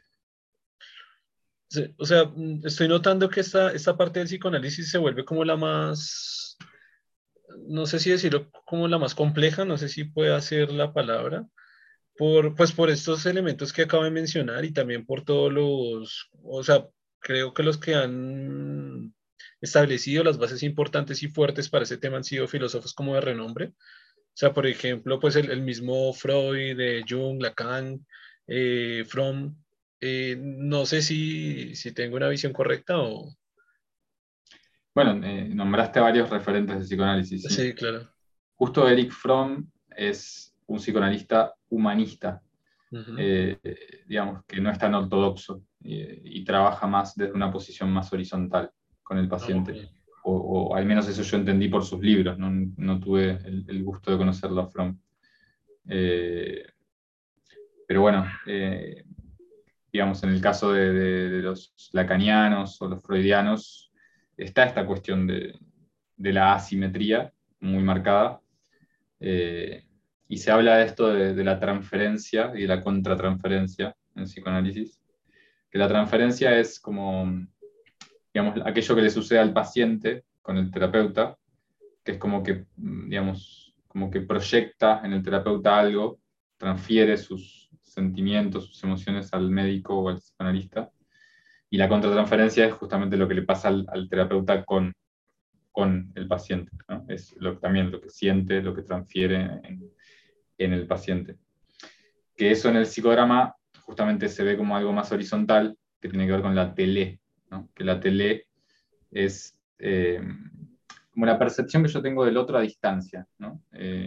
Sí, o sea, estoy notando que esta parte del psicoanálisis se vuelve como la más, no sé si decirlo como la más compleja, no sé si puede ser la palabra, pues por estos elementos que acabo de mencionar y también por todos los, o sea, creo que los que han establecido las bases importantes y fuertes para ese tema han sido filósofos como de renombre. O sea, por ejemplo, pues el mismo Freud, Jung, Lacan, Fromm. No sé si tengo una visión correcta o... Bueno, nombraste varios referentes del psicoanálisis, ¿sí? Sí, claro. Justo Eric Fromm es un psicoanalista humanista, Ujú. eh, digamos, que no es tan ortodoxo y trabaja más desde una posición más horizontal con el Ah, ok. paciente. O al menos eso yo entendí por sus libros, no tuve el gusto de conocerlo a Fromm. Eh, pero bueno, digamos, en el caso de los lacanianos o los freudianos, está esta cuestión de la asimetría muy marcada. eh, y se habla de esto de la transferencia y de la contratransferencia en psicoanálisis, que la transferencia es como, digamos, aquello que le sucede al paciente con el terapeuta, que es como que, digamos, como que proyecta en el terapeuta algo, transfiere sus sentimientos, sus emociones al médico o al psicoanalista, y la contratransferencia es justamente lo que le pasa al terapeuta con el paciente, ¿no? Es también lo que siente, lo que transfiere en el paciente. Que eso en el psicodrama justamente se ve como algo más horizontal, que tiene que ver con la tele, ¿no? Que la tele es como la percepción que yo tengo del otro a distancia, ¿no?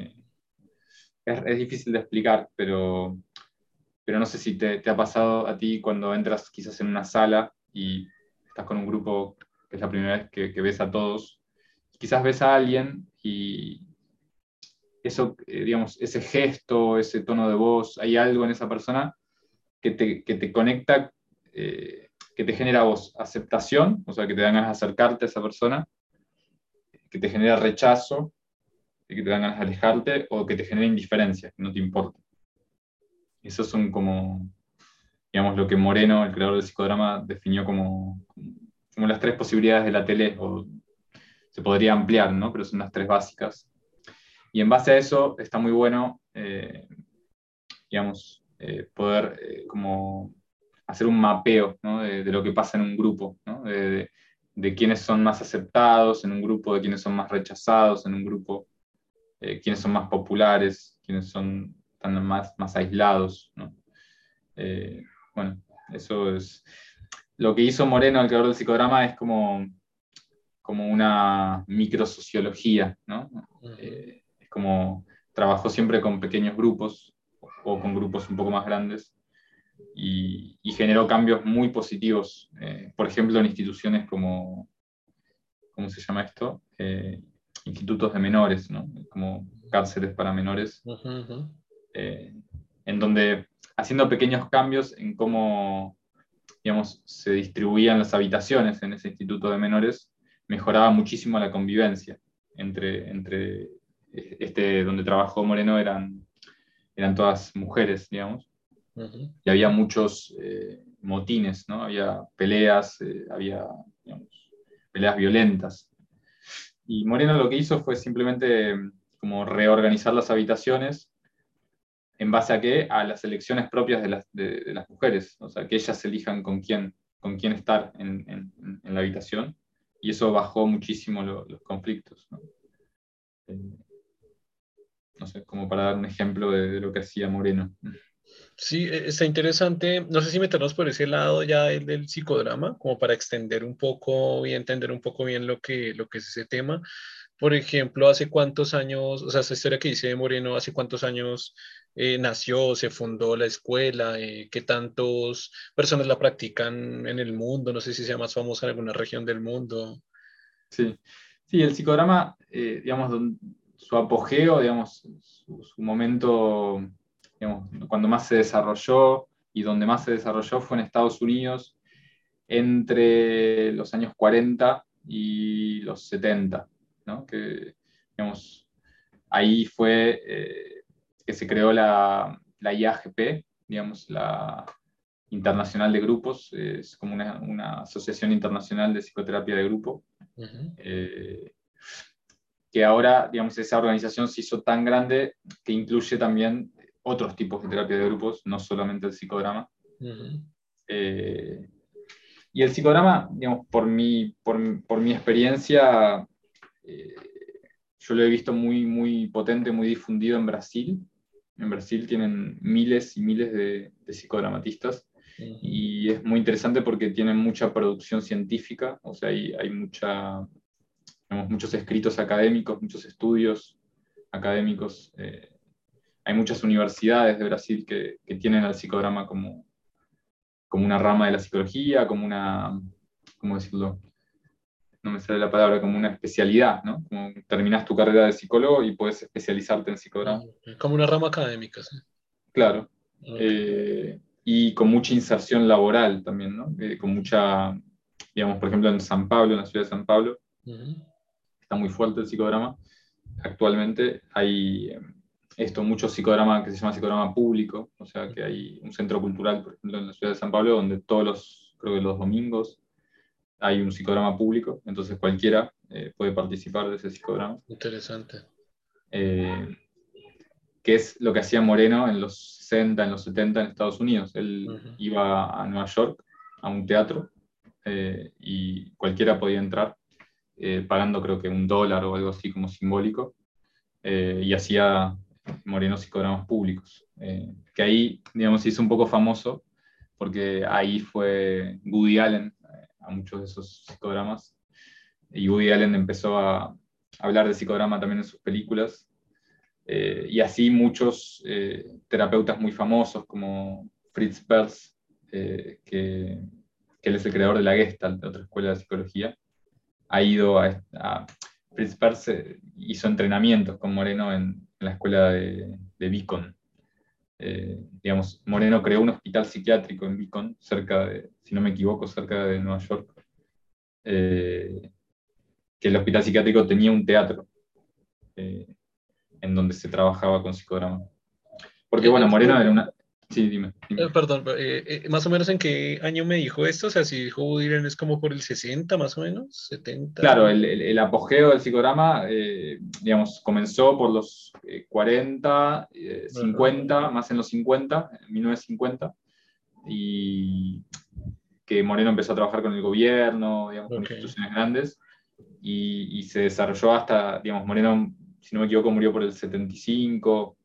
Es difícil de explicar, pero no sé si te ha pasado a ti cuando entras quizás en una sala y estás con un grupo que es la primera vez que ves a todos, quizás ves a alguien y eso, digamos, ese gesto, ese tono de voz, hay algo en esa persona que te conecta, que te genera a vos aceptación, o sea, que te dan ganas de acercarte a esa persona, que te genera rechazo, que te dan ganas de alejarte, o que te genera indiferencia, que no te importa. Esos son como, digamos, lo que Moreno, el creador del psicodrama, definió como las tres posibilidades de la tele, o se podría ampliar, ¿no? Pero son las tres básicas. Y en base a eso está muy bueno, digamos, poder como hacer un mapeo, ¿no? De lo que pasa en un grupo, ¿no? De quiénes son más aceptados en un grupo, de quiénes son más rechazados en un grupo, quiénes son más populares, quiénes están más aislados, ¿no? Eh, bueno, eso es... Lo que hizo Moreno, el creador del psicodrama, es como una microsociología, ¿no? Ujú. Es como trabajó siempre con pequeños grupos o con grupos un poco más grandes y generó cambios muy positivos, por ejemplo, en instituciones como, ¿cómo se llama esto? Institutos de menores, ¿no? Como cárceles para menores, Ujú, ujú. eh, en donde haciendo pequeños cambios en cómo, digamos, se distribuían las habitaciones en ese instituto de menores, mejoraba muchísimo la convivencia entre donde trabajó Moreno eran todas mujeres, digamos, Ujú. y había muchos motines, ¿no? Había peleas, había, digamos, peleas violentas. Y Moreno lo que hizo fue simplemente como reorganizar las habitaciones. ¿En base a qué? A las elecciones propias de las mujeres, o sea, que ellas elijan con quién estar en la habitación, y eso bajó muchísimo los conflictos, ¿no? No sé, como para dar un ejemplo de lo que hacía Moreno. Sí, está interesante. No sé si meternos por ese lado ya el del psicodrama, como para extender un poco y entender un poco bien lo que es ese tema. Por ejemplo, ¿hace cuántos años, o sea, esa historia que dice Moreno, hace cuántos años nació, se fundó la escuela? ¿Qué tantas personas la practican en el mundo? No sé si sea más famosa en alguna región del mundo. Sí, sí, el psicodrama, digamos, su apogeo, digamos, su momento, digamos, cuando más se desarrolló y donde más se desarrolló fue en Estados Unidos entre los años 40 y los 70, ¿no? Que, digamos, ahí fue que se creó la IAGP, digamos, la Internacional de Grupos, es como una asociación internacional de psicoterapia de grupo, Ujú, eh, que ahora, digamos, esa organización se hizo tan grande que incluye también otros tipos de terapia de grupos, no solamente el psicodrama. ujú. Eh, y el psicodrama, digamos, por mi experiencia, eh, yo lo he visto muy, muy potente, muy difundido en Brasil. En Brasil tienen miles y miles de psicodramatistas, Ujú. y es muy interesante porque tienen mucha producción científica, o sea, hay digamos, muchos escritos académicos, muchos estudios académicos. Hay muchas universidades de Brasil que tienen al psicodrama como una rama de la psicología, como una, ¿cómo decirlo? No me sale la palabra, como una especialidad, ¿no? Como terminás tu carrera de psicólogo y puedes especializarte en psicodrama. Como una rama académica, sí. Claro. Ok. Y con mucha inserción laboral también, ¿no? Con mucha, digamos, por ejemplo, en San Pablo, en la ciudad de San Pablo, Ujú. está muy fuerte el psicodrama. Actualmente hay mucho psicodrama que se llama psicodrama público, o sea que hay un centro cultural, por ejemplo, en la ciudad de San Pablo, donde creo que los domingos, hay un psicodrama público, entonces cualquiera puede participar de ese psicodrama. Interesante. Eh, que es lo que hacía Moreno en los 60, en los 70 en Estados Unidos. Él Ujú. iba a Nueva York, a un teatro, y cualquiera podía entrar, pagando creo que $1 o algo así como simbólico, y hacía Moreno psicodramas públicos. Que ahí, digamos, se hizo un poco famoso, porque ahí fue Woody Allen a muchos de esos psicodramas, y Woody Allen empezó a hablar de psicodrama también en sus películas, y así muchos terapeutas muy famosos como Fritz Perls, que él es el creador de la Gestalt, de otra escuela de psicología, ha ido Fritz Perls hizo entrenamientos con Moreno en la escuela de Beacon. Digamos, Moreno creó un hospital psiquiátrico en Beacon, si no me equivoco, cerca de Nueva York, eh, que el hospital psiquiátrico tenía un teatro eh, en donde se trabajaba con psicodrama. Porque, bueno, Moreno era una... Sí, dime. Perdón, más o menos en qué año me dijo esto, o sea, si dijo Woody Allen es como por el 60 más o menos, 70. Claro, el apogeo del psicodrama, digamos, comenzó por los 40, Ajá, 50, más en los 50, en 1950, y que Moreno empezó a trabajar con el gobierno, digamos, con ok. instituciones grandes, y se desarrolló hasta, digamos, Moreno, si no me equivoco, murió por el 75,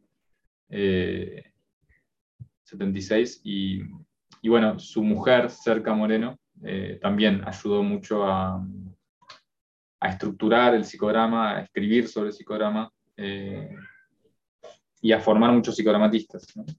76, y bueno, su mujer, Cerca Moreno, también ayudó mucho a estructurar el psicodrama, a escribir sobre el psicodrama, y a formar muchos psicodramatistas, ¿no?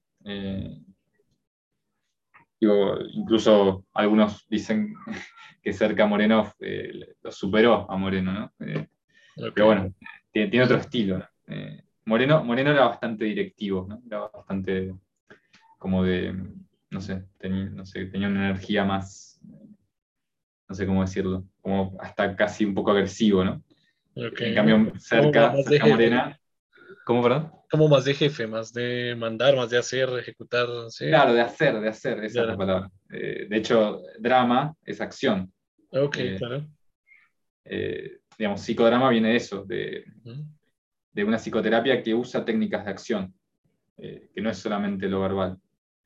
Incluso algunos dicen que Cerca Moreno lo superó a Moreno, ¿no? Ok. Pero bueno, tiene otro estilo, ¿no? Moreno era bastante directivo, ¿no? Era bastante como de, no sé, tenía una energía más, no sé cómo decirlo, como hasta casi un poco agresivo, ¿no? Ok, En cambio, como más de cerca jefe, Morena, ¿cómo, perdón? como más de jefe, más de mandar, más de hacer, ejecutar, sí. Claro, de hacer, esa es la Ya. palabra. De hecho, drama es acción. Ok, Eh, claro. digamos, psicodrama viene de eso, Ujú. de una psicoterapia que usa técnicas de acción, que no es solamente lo verbal.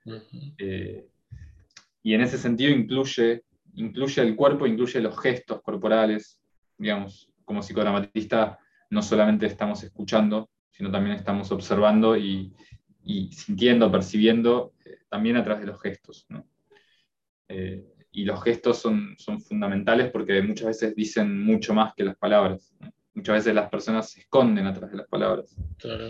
Y en ese sentido incluye el cuerpo, incluye los gestos corporales. Digamos, como psicodramatista no solamente estamos escuchando, sino también estamos observando y sintiendo, percibiendo, también a través de los gestos, ¿no? Y los gestos son fundamentales porque muchas veces dicen mucho más que las palabras, ¿no? Muchas veces las personas se esconden a través de las palabras. Claro.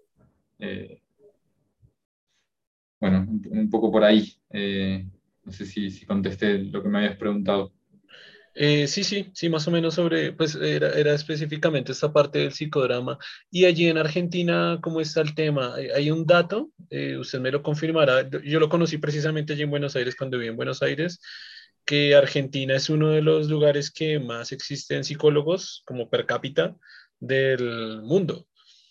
Bueno, un poco por ahí. No sé si contesté lo que me habías preguntado. Sí, más o menos sobre, pues era específicamente esta parte del psicodrama. Y allí en Argentina, ¿cómo está el tema? Hay un dato, usted me lo confirmará. Yo lo conocí precisamente allí en Buenos Aires, cuando viví en Buenos Aires, que Argentina es uno de los lugares que más existen psicólogos como per cápita del mundo.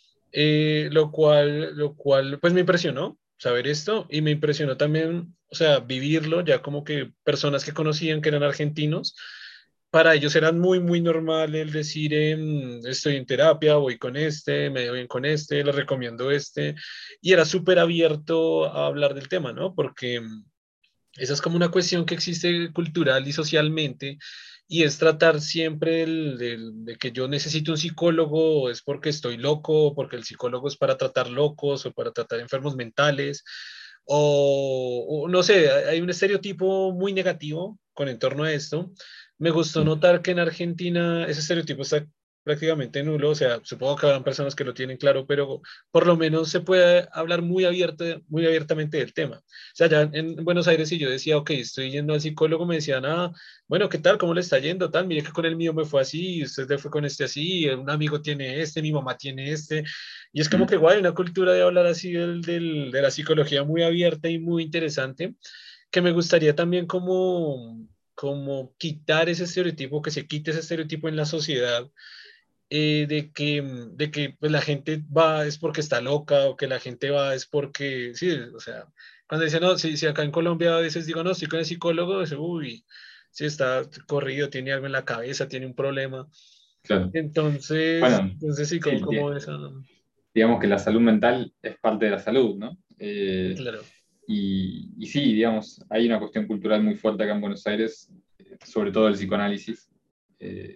Lo cual, pues me impresionó saber esto y me impresionó también, o sea, vivirlo ya como que personas que conocían que eran argentinos, para ellos era muy, muy normal el decir, estoy en terapia, voy con este, me voy bien con este, le recomiendo este, y era súper abierto a hablar del tema, ¿no? Porque esa es como una cuestión que existe cultural y socialmente, y es tratar siempre de que yo necesito un psicólogo, o es porque estoy loco, o porque el psicólogo es para tratar locos o para tratar enfermos mentales, o no sé, hay un estereotipo muy negativo con en torno a esto. Me gustó notar que en Argentina ese estereotipo está prácticamente nulo, o sea, supongo que habrán personas que lo tienen claro, pero por lo menos se puede hablar muy abiertamente del tema. O sea, ya en Buenos Aires, si yo decía, ok, estoy yendo al psicólogo, me decían, bueno, ¿qué tal? ¿Cómo le está yendo? Tal, mire que con el mío me fue así, usted le fue con este así, un amigo tiene este, mi mamá tiene este. Y es como que, guay, una cultura de hablar así de la psicología muy abierta y muy interesante, que me gustaría también como quitar ese estereotipo, que se quite ese estereotipo en la sociedad, de que pues, la gente va es porque está loca o que la gente va es porque, sí, o sea, cuando dicen, no, si acá en Colombia a veces digo, no, estoy con el psicólogo, dice, uy, sí está corrido, tiene algo en la cabeza, tiene un problema. Claro. Entonces, Bueno, entonces sí, sí, como esa, digamos que la salud mental es parte de la salud, ¿no? claro, Y sí, digamos, hay una cuestión cultural muy fuerte acá en Buenos Aires, sobre todo el psicoanálisis, eh,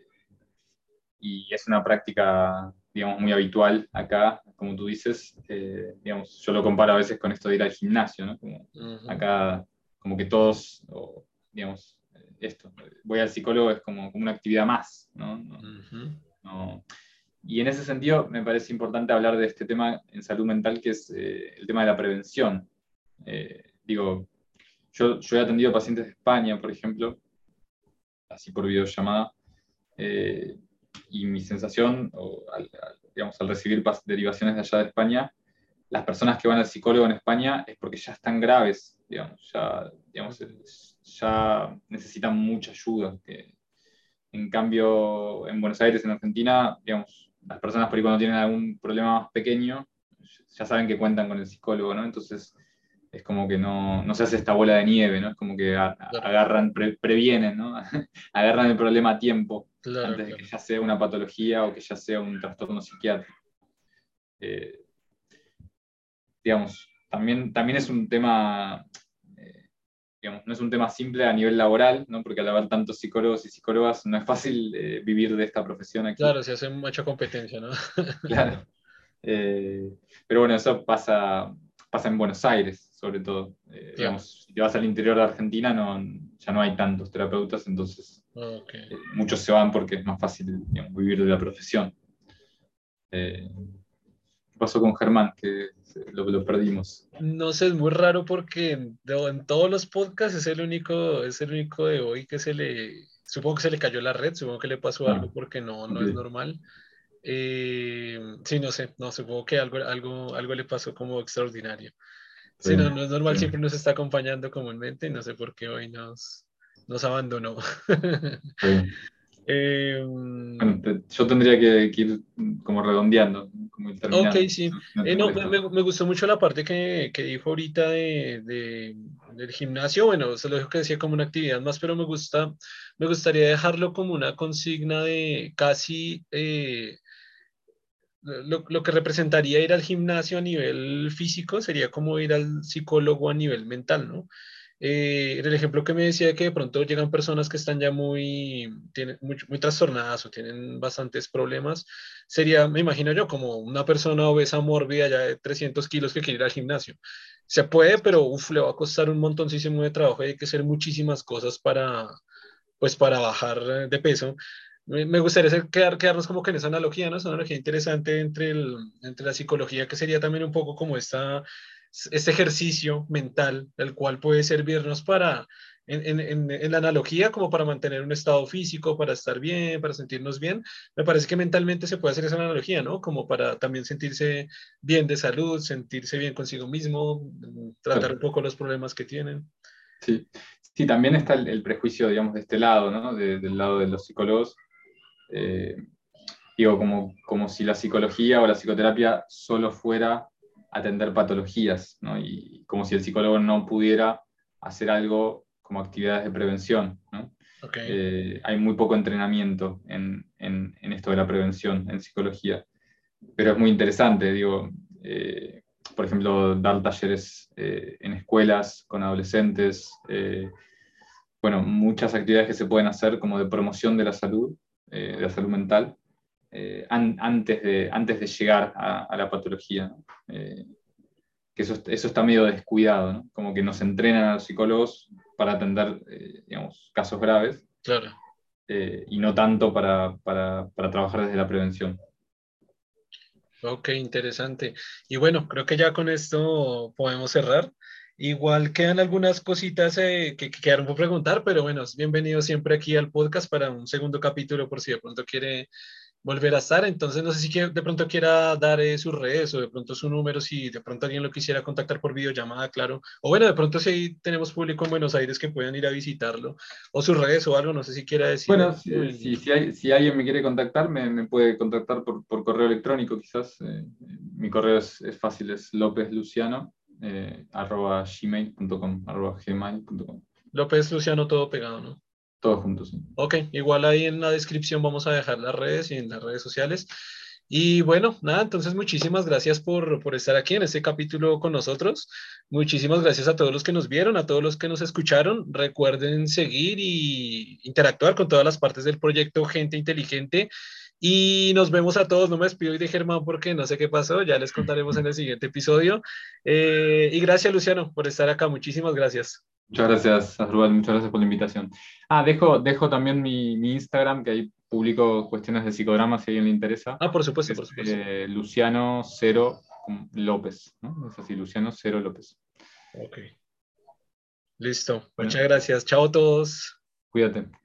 y es una práctica, digamos, muy habitual acá, como tú dices. Digamos, yo lo comparo a veces con esto de ir al gimnasio, ¿no? Como ujú, acá, como que todos, digamos, esto, voy al psicólogo es como una actividad más, ¿no? ujú, No- Y en ese sentido me parece importante hablar de este tema en salud mental, que es el tema de la prevención. Digo, yo he atendido pacientes de España, por ejemplo, así por videollamada, eh, y mi sensación, digamos, al recibir derivaciones de allá de España, las personas que van al psicólogo en España es porque ya están graves, digamos, ya necesitan mucha ayuda. En cambio, en Buenos Aires, en Argentina, digamos, las personas por ahí cuando tienen algún problema más pequeño, ya saben que cuentan con el psicólogo, ¿no? Entonces es como que no se hace esta bola de nieve, ¿no? Es como que claro, agarran, previenen, ¿no? Agarran el problema a tiempo, claro, antes de que claro. ya sea una patología o que ya sea un trastorno psiquiátrico. Eh, digamos, también es un tema, digamos, no es un tema simple a nivel laboral, ¿no? Porque al haber tantos psicólogos y psicólogas no es fácil vivir de esta profesión aquí. Claro, se hace mucha competencia, ¿no? Claro. Eh, pero bueno, eso pasa en Buenos Aires, sobre todo. Claro, Digamos, si te vas al interior de Argentina, ya no hay tantos terapeutas, entonces ok. muchos se van porque es más fácil, digamos, vivir de la profesión. ¿Qué pasó con Germán? Que lo perdimos. No sé, es muy raro porque en todos los podcasts es el único de hoy que supongo que se le cayó la red, supongo que le pasó Ah, algo porque no ok. es normal. Sí, no sé, no, supongo que algo le pasó como extraordinario. Está Sí, bien, no es está normal, bien, siempre nos está acompañando comúnmente y no sé por qué hoy nos abandonó. está bien. Eh, Bueno, yo tendría que ir como redondeando, ¿no? Como ir ok, terminando, sí. si no te No, me, molesta. me- me gustó mucho la parte que dijo ahorita del gimnasio. Bueno, se lo dijo que decía como una actividad más, pero me gustaría dejarlo como una consigna de casi lo que representaría ir al gimnasio a nivel físico sería como ir al psicólogo a nivel mental, ¿no? En el ejemplo que me decía que de pronto llegan personas que están ya muy trastornadas o tienen bastantes problemas, sería, me imagino yo, como una persona obesa mórbida ya de 300 kilos que quiere ir al gimnasio. Se puede, pero uf, le va a costar un montoncísimo de trabajo y hay que hacer muchísimas cosas pues, para bajar de peso. Me gustaría quedarnos como que en esa analogía, ¿no? Es una analogía interesante entre la psicología, que sería también un poco como este ejercicio mental, el cual puede servirnos en la analogía, como para mantener un estado físico, para estar bien, para sentirnos bien. Me parece que mentalmente se puede hacer esa analogía, ¿no? Como para también sentirse bien de salud, sentirse bien consigo mismo, tratar un Claro. poco los problemas que tienen. Sí, sí, también está el prejuicio, digamos, de este lado, ¿no? Del lado de los psicólogos. Eh, Digo, como si la psicología o la psicoterapia solo fuera atender patologías, ¿no? Y como si el psicólogo no pudiera hacer algo como actividades de prevención, ¿no? Ok, Hay muy poco entrenamiento en esto de la prevención en psicología, pero es muy interesante, digo, por ejemplo, dar talleres en escuelas con adolescentes, bueno, muchas actividades que se pueden hacer como de promoción de la salud mental, antes de llegar a la patología, ¿no? Que eso está medio descuidado, ¿no? Como que nos entrenan a los psicólogos para atender, digamos, casos graves, claro. y no tanto para trabajar desde la prevención. Ok, interesante. Y bueno, creo que ya con esto podemos cerrar. Igual quedan algunas cositas que quedaron por preguntar, pero bueno, es bienvenido siempre aquí al podcast para un segundo capítulo por si de pronto quiere volver a estar. Entonces, no sé si de pronto quiera dar sus redes o de pronto su número, si de pronto alguien lo quisiera contactar por videollamada, claro. O bueno, de pronto si tenemos público en Buenos Aires que puedan ir a visitarlo o sus redes o algo, no sé si quiera decir Bueno, eso. si alguien me quiere contactar, me puede contactar por correo electrónico, quizás. Mi correo es fácil, es lopezluciano, @gmail.com. López Luciano, todo pegado, ¿no? Todos juntos, sí. Ok, igual ahí en la descripción vamos a dejar las redes y en las redes sociales. Y bueno, nada, entonces muchísimas gracias por estar aquí en este capítulo con nosotros. Muchísimas gracias a todos los que nos vieron, a todos los que nos escucharon. Recuerden seguir y interactuar con todas las partes del proyecto Gente Inteligente. Y nos vemos a todos. No me despido hoy de Germán porque no sé qué pasó. Ya les contaremos en el siguiente episodio. Y gracias, Luciano, por estar acá. Muchísimas gracias. Muchas gracias, Asdrúbal, muchas gracias por la invitación. Dejo también mi Instagram, que ahí publico cuestiones de psicodrama si a alguien le interesa. Ah, por supuesto, Es por supuesto. Luciano Cero López, ¿no? Es así, Luciano Cero López. Ok. Listo. Bueno, Muchas gracias. Chao a todos. cuídate.